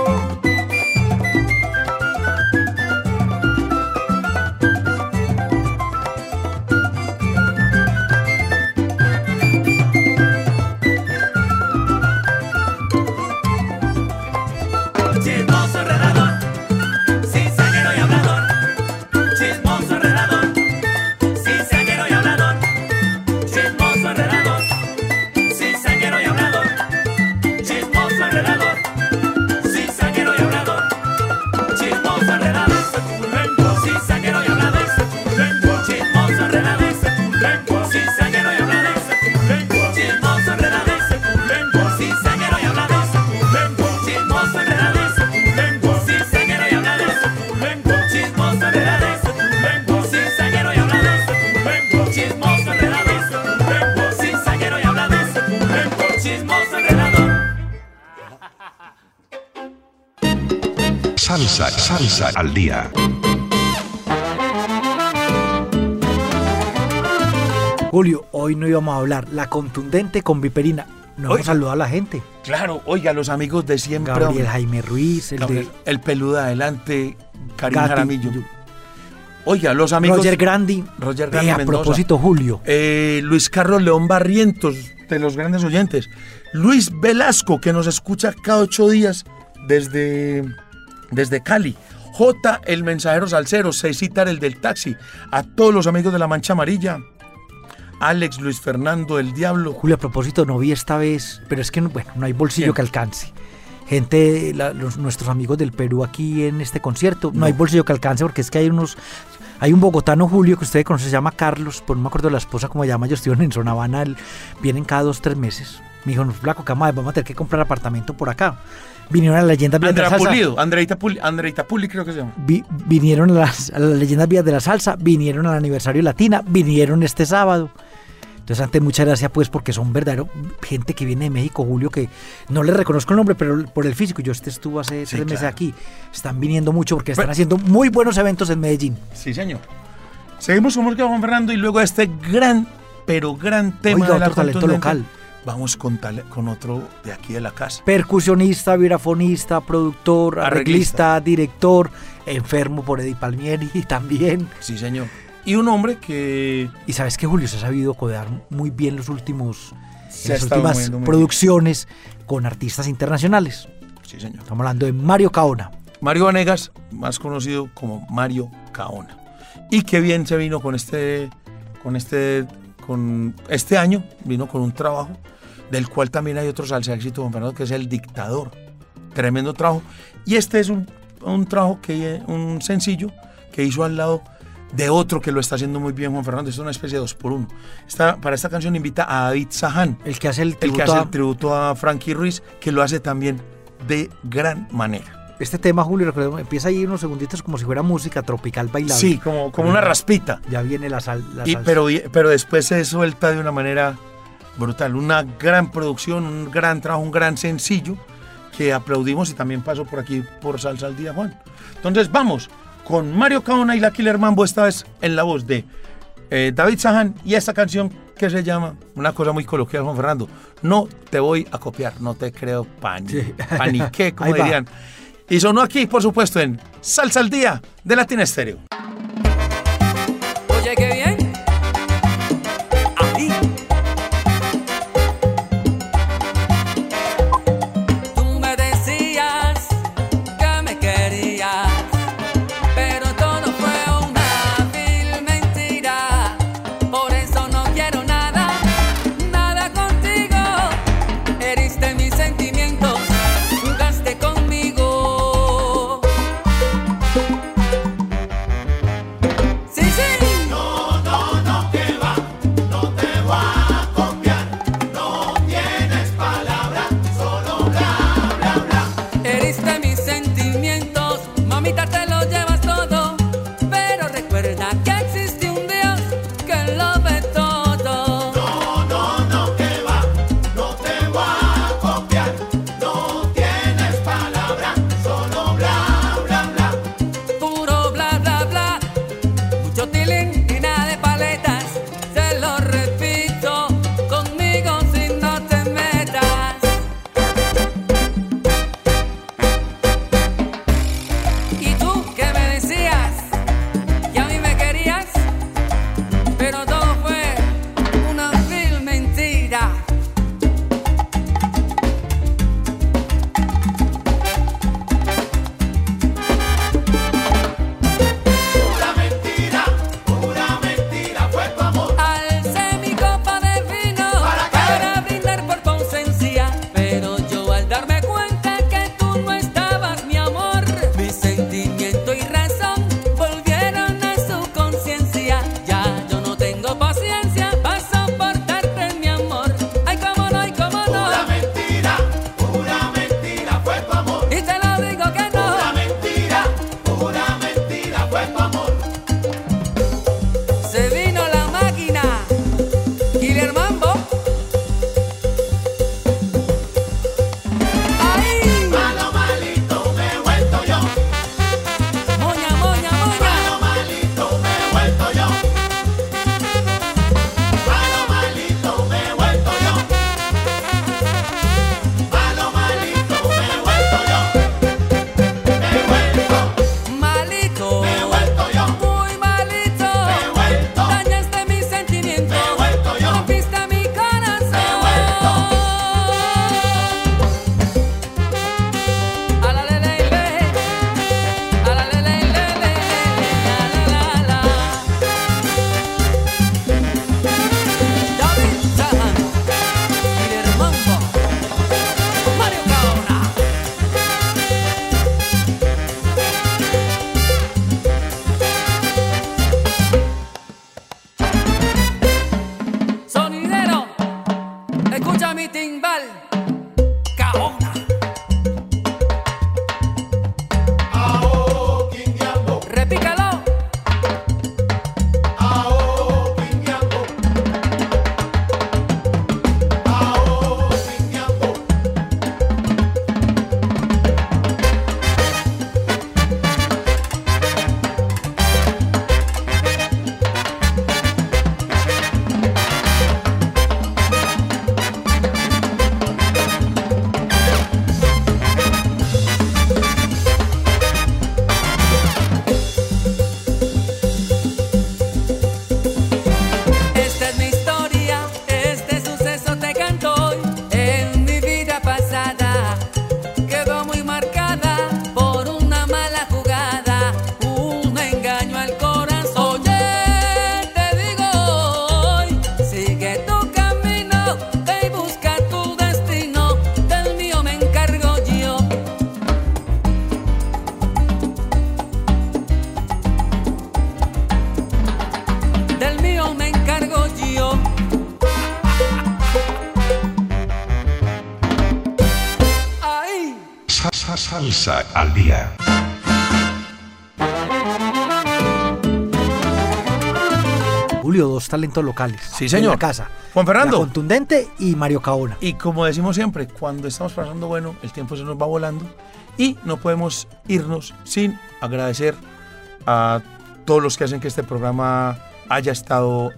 Speaker 9: Chismoso enredador, cizañero y hablador. Chismoso enredador, cizañero y hablador. Chismoso enredador, cizañero y hablador. Chismoso enredador, cizañero y hablador. Chismoso enredador, tu lengua, cizañero y hablador. Tu lengua, chismoso enredador, tu lengua, cizañero y hablador. Tu lengua, chismoso enredador, tu lengua, cizañero y hablador. Tu lengua, chismoso enredador.
Speaker 2: Salsa al día.
Speaker 4: Julio, hoy no íbamos a hablar la contundente con Viperina. No hemos saludado a la gente.
Speaker 1: Claro, oiga, los amigos de siempre.
Speaker 4: Gabriel Jaime Ruiz,
Speaker 1: el peludo de adelante, Karim
Speaker 4: Gatti,
Speaker 1: Jaramillo. Oiga, los amigos.
Speaker 4: Roger Grandi. A propósito, Julio.
Speaker 1: Luis Carlos León Barrientos, de los grandes oyentes. Luis Velasco, que nos escucha cada 8 días desde Cali. J, el mensajero salsero. Cecitar, el del taxi. A todos los amigos de la Mancha Amarilla. Alex, Luis Fernando, el Diablo.
Speaker 4: Julio, a propósito, no vi esta vez, pero es que no hay bolsillo que alcance. gente, nuestros amigos del Perú aquí en este concierto. No hay bolsillo que alcance porque es que hay un bogotano, Julio, que usted conoce, se llama Carlos, por no me acuerdo de la esposa cómo se llama, ellos estuvieron en Zona Habana, vienen cada 2-3 meses. Me dijo, no, flaco, que vamos a tener que comprar apartamento por acá. Vinieron a las leyendas vías de la salsa.
Speaker 1: Andreita Puli creo que se llama.
Speaker 4: Vinieron a las leyendas vías de la salsa, vinieron al aniversario Latina, vinieron este sábado. Entonces, antes, muchas gracias, pues, porque son verdadero gente que viene de México, Julio, que no les reconozco el nombre, pero por el físico. Yo estuve hace 3 meses aquí. Están viniendo mucho porque están haciendo muy buenos eventos en Medellín.
Speaker 1: Sí, señor. Seguimos con música, Juan Fernando, y luego este gran tema de la
Speaker 4: otro talento local.
Speaker 1: Vamos con otro de aquí de la casa.
Speaker 4: Percusionista, vibrafonista, productor, arreglista, director, enfermo por Eddie Palmieri también.
Speaker 1: Sí, señor. Y un hombre que...
Speaker 4: Y sabes que Julio se ha sabido codear muy bien las últimas producciones con artistas internacionales.
Speaker 1: Sí, señor.
Speaker 4: Estamos hablando de Mario Caona.
Speaker 1: Mario Vanegas, más conocido como Mario Caona. Y qué bien se vino con este año, vino con un trabajo del cual también hay otro salsa éxito, Juan Fernando, que es El Dictador. Tremendo trabajo. Y este es un trabajo, un sencillo que hizo al lado de otro que lo está haciendo muy bien, Juan Fernando. Es una especie de 2x1. Para esta canción invita a David Zahán,
Speaker 4: el que hace el
Speaker 1: tributo a Frankie Ruiz, que lo hace también de gran manera.
Speaker 4: Este tema, Julio, recuerdo, empieza ahí unos segunditos como si fuera música tropical bailable.
Speaker 1: Sí, como una raspita.
Speaker 4: Ya viene la salsa.
Speaker 1: Pero después se suelta de una manera brutal. Una gran producción, un gran trabajo, un gran sencillo que aplaudimos y también pasó por aquí por Salsa al Día, Juan. Entonces vamos con Mario Caona y la Killer Mambo, esta vez en la voz de David Zahán, y esta canción que se llama, una cosa muy coloquial, Juan Fernando, No te voy a copiar, no te creo paniqué, como dirían. Y sonó aquí, por supuesto, en Salsa al Día de Latina Estéreo.
Speaker 7: Oye, qué bien. Ahí. Tú me decías que me querías, pero todo fue una vil mentira. Por eso no quiero nada contigo. Heriste mis sentimientos, jugaste conmigo. Sentimientos
Speaker 2: Salsa al día.
Speaker 4: Julio, dos talentos locales.
Speaker 1: Sí, señor.
Speaker 4: En la casa.
Speaker 1: Juan Fernando.
Speaker 4: La Contundente y Mario Caona.
Speaker 1: Y como decimos siempre, cuando estamos pasando bueno, el tiempo se nos va volando y no podemos irnos sin agradecer a todos los que hacen que este programa haya estado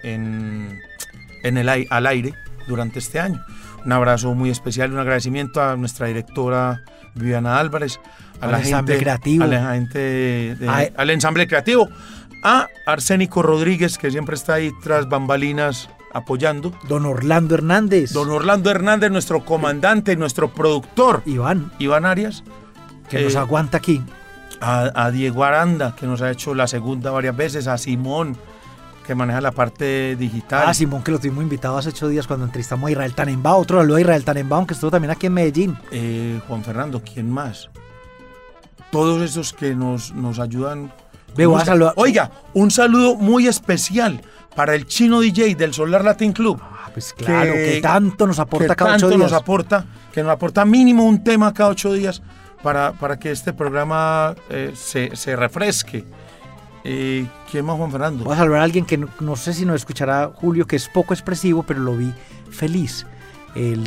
Speaker 1: al aire durante este año. Un abrazo muy especial, un agradecimiento a nuestra directora Viviana Álvarez, al ensamble creativo, al ensamble creativo, a Arsénico Rodríguez, que siempre está ahí tras bambalinas apoyando.
Speaker 4: Don Orlando Hernández,
Speaker 1: nuestro comandante, nuestro productor. Iván Arias,
Speaker 4: que nos aguanta aquí.
Speaker 1: A Diego Aranda, que nos ha hecho la segunda varias veces, a Simón, que maneja la parte digital.
Speaker 4: Simón, que lo tuvimos invitado hace 8 días cuando entrevistamos a Israel Tannenbaum, otro saludo a Israel Tannenbaum, que estuvo también aquí en Medellín.
Speaker 1: Juan Fernando, ¿quién más? Todos esos que nos ayudan. Oiga, un saludo muy especial para el Chino DJ del Solar Latin Club.
Speaker 4: Pues claro, que tanto nos aporta cada 8 días.
Speaker 1: Que nos aporta mínimo un tema cada 8 días para que este programa se refresque. ¿Quién más, Juan Fernando?
Speaker 4: Voy a saludar a alguien que no sé si nos escuchará, Julio, que es poco expresivo, pero lo vi feliz el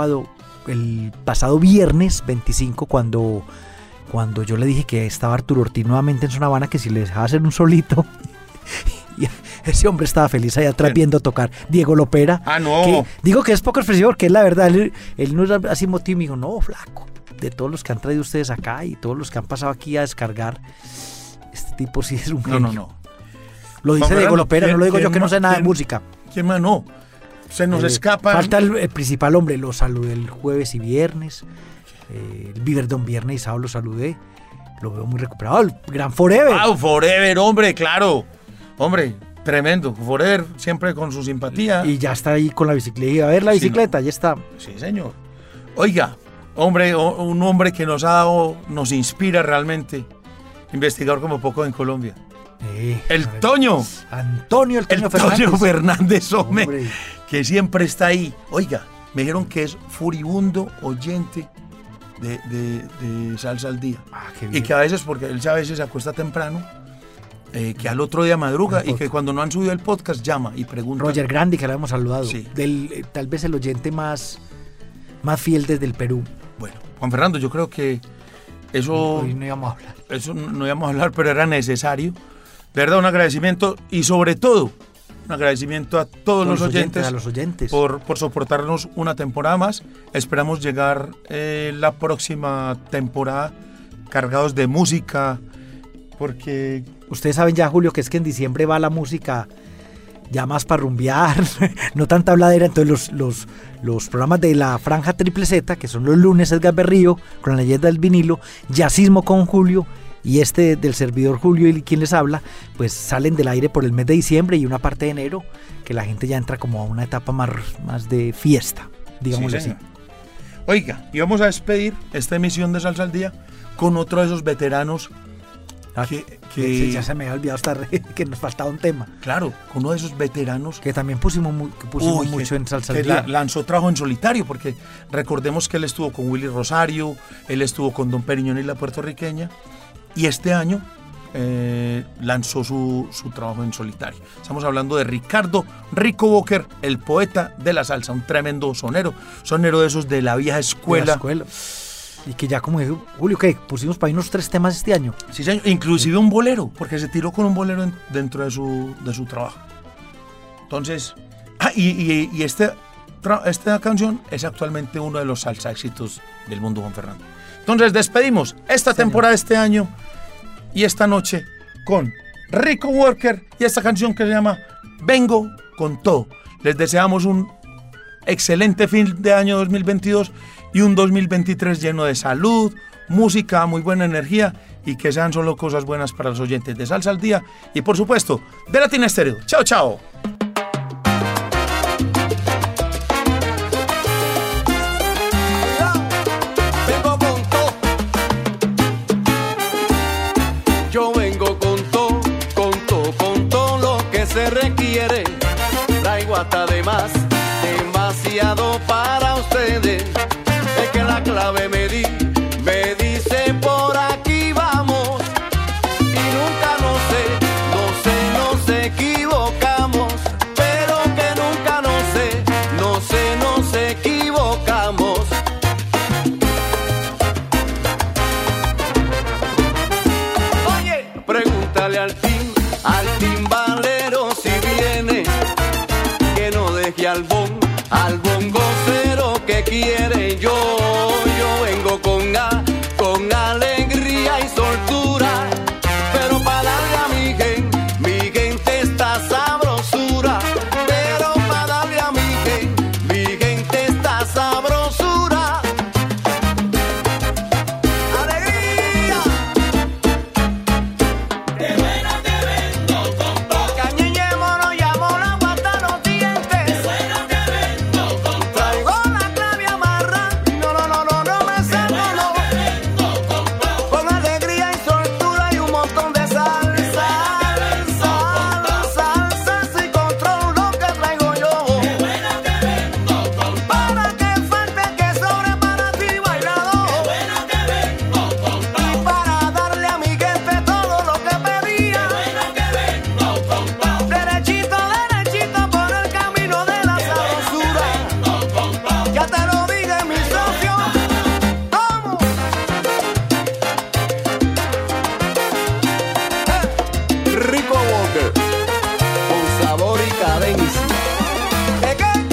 Speaker 4: pasado viernes 25, cuando yo le dije que estaba Arturo Ortiz nuevamente en Zona Habana, que si le dejaba hacer un solito. Y ese hombre estaba feliz allá atrás viendo tocar Diego Lopera.
Speaker 1: No.
Speaker 4: Digo que es poco expresivo porque es la verdad. Él no era así motivo y me dijo, no, flaco, de todos los que han traído ustedes acá y todos los que han pasado aquí a descargar, este tipo sí es un genio.
Speaker 1: No.
Speaker 4: Lo dice Diego Lopera, no lo digo yo que no sé nada de música.
Speaker 1: ¿Quién más? No. Se nos escapa.
Speaker 4: Falta el principal hombre, lo saludé el jueves y viernes. El Don viernes y sábado lo saludé. Lo veo muy recuperado. El gran Forever.
Speaker 1: Forever, hombre, claro. Hombre, tremendo. Forever siempre con su simpatía.
Speaker 4: Y ya está ahí con la bicicleta. A ver la bicicleta, ya está.
Speaker 1: Sí, señor. Oiga, un hombre que nos inspira realmente. Investigador como poco en Colombia. El Toño.
Speaker 4: Antonio el Toño
Speaker 1: Fernández, hombre, que siempre está ahí. Oiga, me dijeron que es furibundo oyente de Salsa al Día.
Speaker 4: Qué bien.
Speaker 1: Y que a veces, porque él a veces se acuesta temprano, que al otro día madruga y que cuando no han subido el podcast llama y pregunta.
Speaker 4: Roger Grandi, que lo hemos saludado.
Speaker 1: Sí.
Speaker 4: Tal vez el oyente más fiel desde el Perú.
Speaker 1: Bueno, Juan Fernando, yo creo que eso...
Speaker 4: Hoy no íbamos a hablar.
Speaker 1: Eso no íbamos a hablar, pero era necesario. De verdad, un agradecimiento y sobre todo un agradecimiento a todos los oyentes, por soportarnos una temporada más. Esperamos llegar la próxima temporada cargados de música, porque...
Speaker 4: Ustedes saben ya, Julio, que es que en diciembre va la música ya más para rumbear, no tanta habladera. Entonces los programas de la Franja Triple Z, que son los lunes, Edgar Berrío, con la leyenda del vinilo, Jazzismo con Julio, y del servidor Julio y quien les habla, pues salen del aire por el mes de diciembre y una parte de enero, que la gente ya entra como a una etapa más de fiesta, digámoslo así.
Speaker 1: Oiga, y vamos a despedir esta emisión de Salsa al Día con otro de esos veteranos
Speaker 4: que ya se me había olvidado que nos faltaba un tema.
Speaker 1: Claro, con uno de esos veteranos
Speaker 4: que también pusimos mucho en Salsa al Día.
Speaker 1: Lanzó trabajo en solitario, porque recordemos que él estuvo con Willy Rosario, él estuvo con Don Periñón y la puertorriqueña, y este año lanzó su trabajo en solitario. Estamos hablando de Ricardo Rico Boker, el poeta de la salsa, un tremendo sonero de esos de la vieja escuela.
Speaker 4: Y que ya, como dijo Julio, que pusimos para ahí unos 3 temas este año.
Speaker 1: Sí, señor, inclusive un bolero, porque se tiró con un bolero dentro de su trabajo. Entonces, y esta canción es actualmente uno de los salsa éxitos del mundo, Juan Fernando. Entonces despedimos esta temporada de este año y esta noche con Rico Boker y esta canción que se llama Vengo con Todo. Les deseamos un excelente fin de año 2022 y un 2023 lleno de salud, música, muy buena energía y que sean solo cosas buenas para los oyentes de Salsa al Día y por supuesto de Latina Estéreo. Chao, chao.
Speaker 7: Yo vengo con todo lo que se requiere. Traigo hasta de más, demasiado para ustedes. Es que la clave me dice por Pregúntale al timbalero si viene, que no deje al bongocero que quiere. Yo vengo con alegría y soltura, pero para darle a mi gente esta sabrosura, pero para darle a mi gente esta sabrosura. ¡Alegría! ¡Qué bueno que vengo con todo! Cañeñe mono llamo la guata los dientes. ¡Qué bueno que vengo con todo! Traigo la clave amarra, no me salgo, no. Con alegría y soltura y un montón de salsa, salsa y control lo que traigo yo. ¡Qué bueno que vengo con todo! Para que falte que sobre para ti bailador. ¡Qué bueno que vengo con todo! Y para darle a mi gente todo lo que pedía. ¡Qué bueno que vengo con todo! Derechito por el camino de la sabrosura. Ya te lo dije, mi socio. ¿Cómo? Rico Walker, con sabor y cadencia. ¿Qué?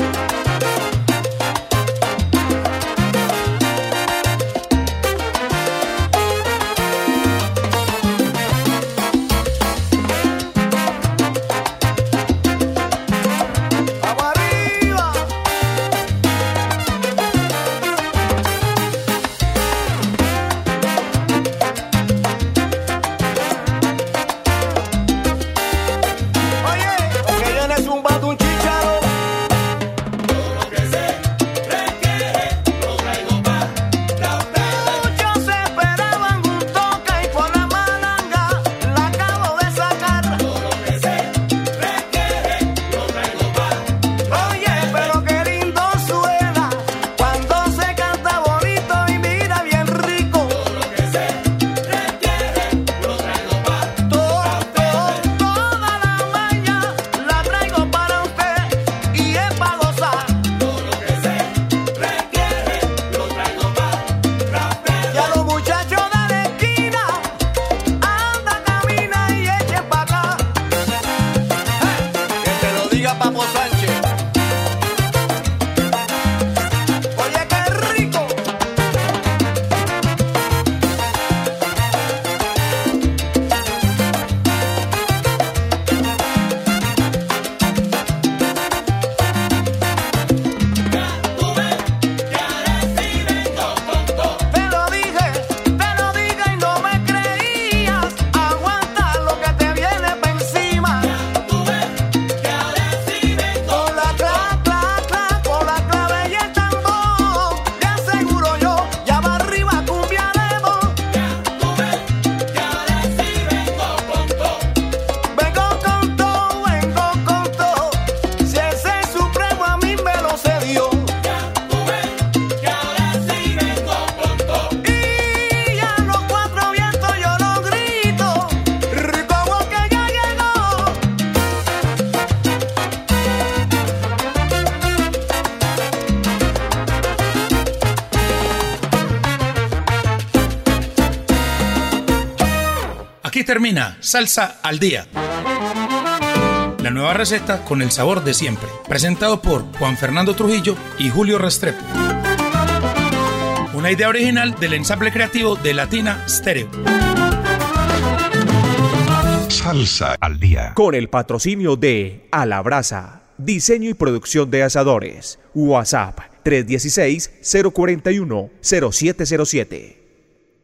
Speaker 7: ¡Vamos arriba! Oye, que viene zumbando un chicharo. Todo lo que se requiere lo traigo para ustedes. Muchos esperaban un toque y por la malanga la acabo de sacar. Todo lo que se requiere lo traigo para ustedes. Oye, pero qué lindo suena cuando se canta bonito y mira bien rico. Todo lo que se requiere lo traigo para toda la maña la traigo para usted y es para gozar. Todo lo que se requiere lo traigo para usted. Y a los muchachos de la esquina, anda, camina y echen para acá. Que te lo diga Papo Sánchez. Oye, qué rico. Te lo dije y no me creías. Aguanta lo que te viene pa' encima. Con la con la clave y el tambor, te aseguro yo, ya va arriba cumbiaremos. Vengo con todo. Si ese supremo a mí me lo cedió. Y a los cuatro vientos yo lo grito. Rico Walker ya llegó.
Speaker 1: Aquí termina Salsa al Día. La nueva receta con el sabor de siempre. Presentado por Juan Fernando Trujillo y Julio Restrepo. Una idea original del ensamble creativo de Latina Stereo.
Speaker 2: Salsa al Día.
Speaker 3: Con el patrocinio de A la Brasa, diseño y producción de asadores. WhatsApp 316-041-0707.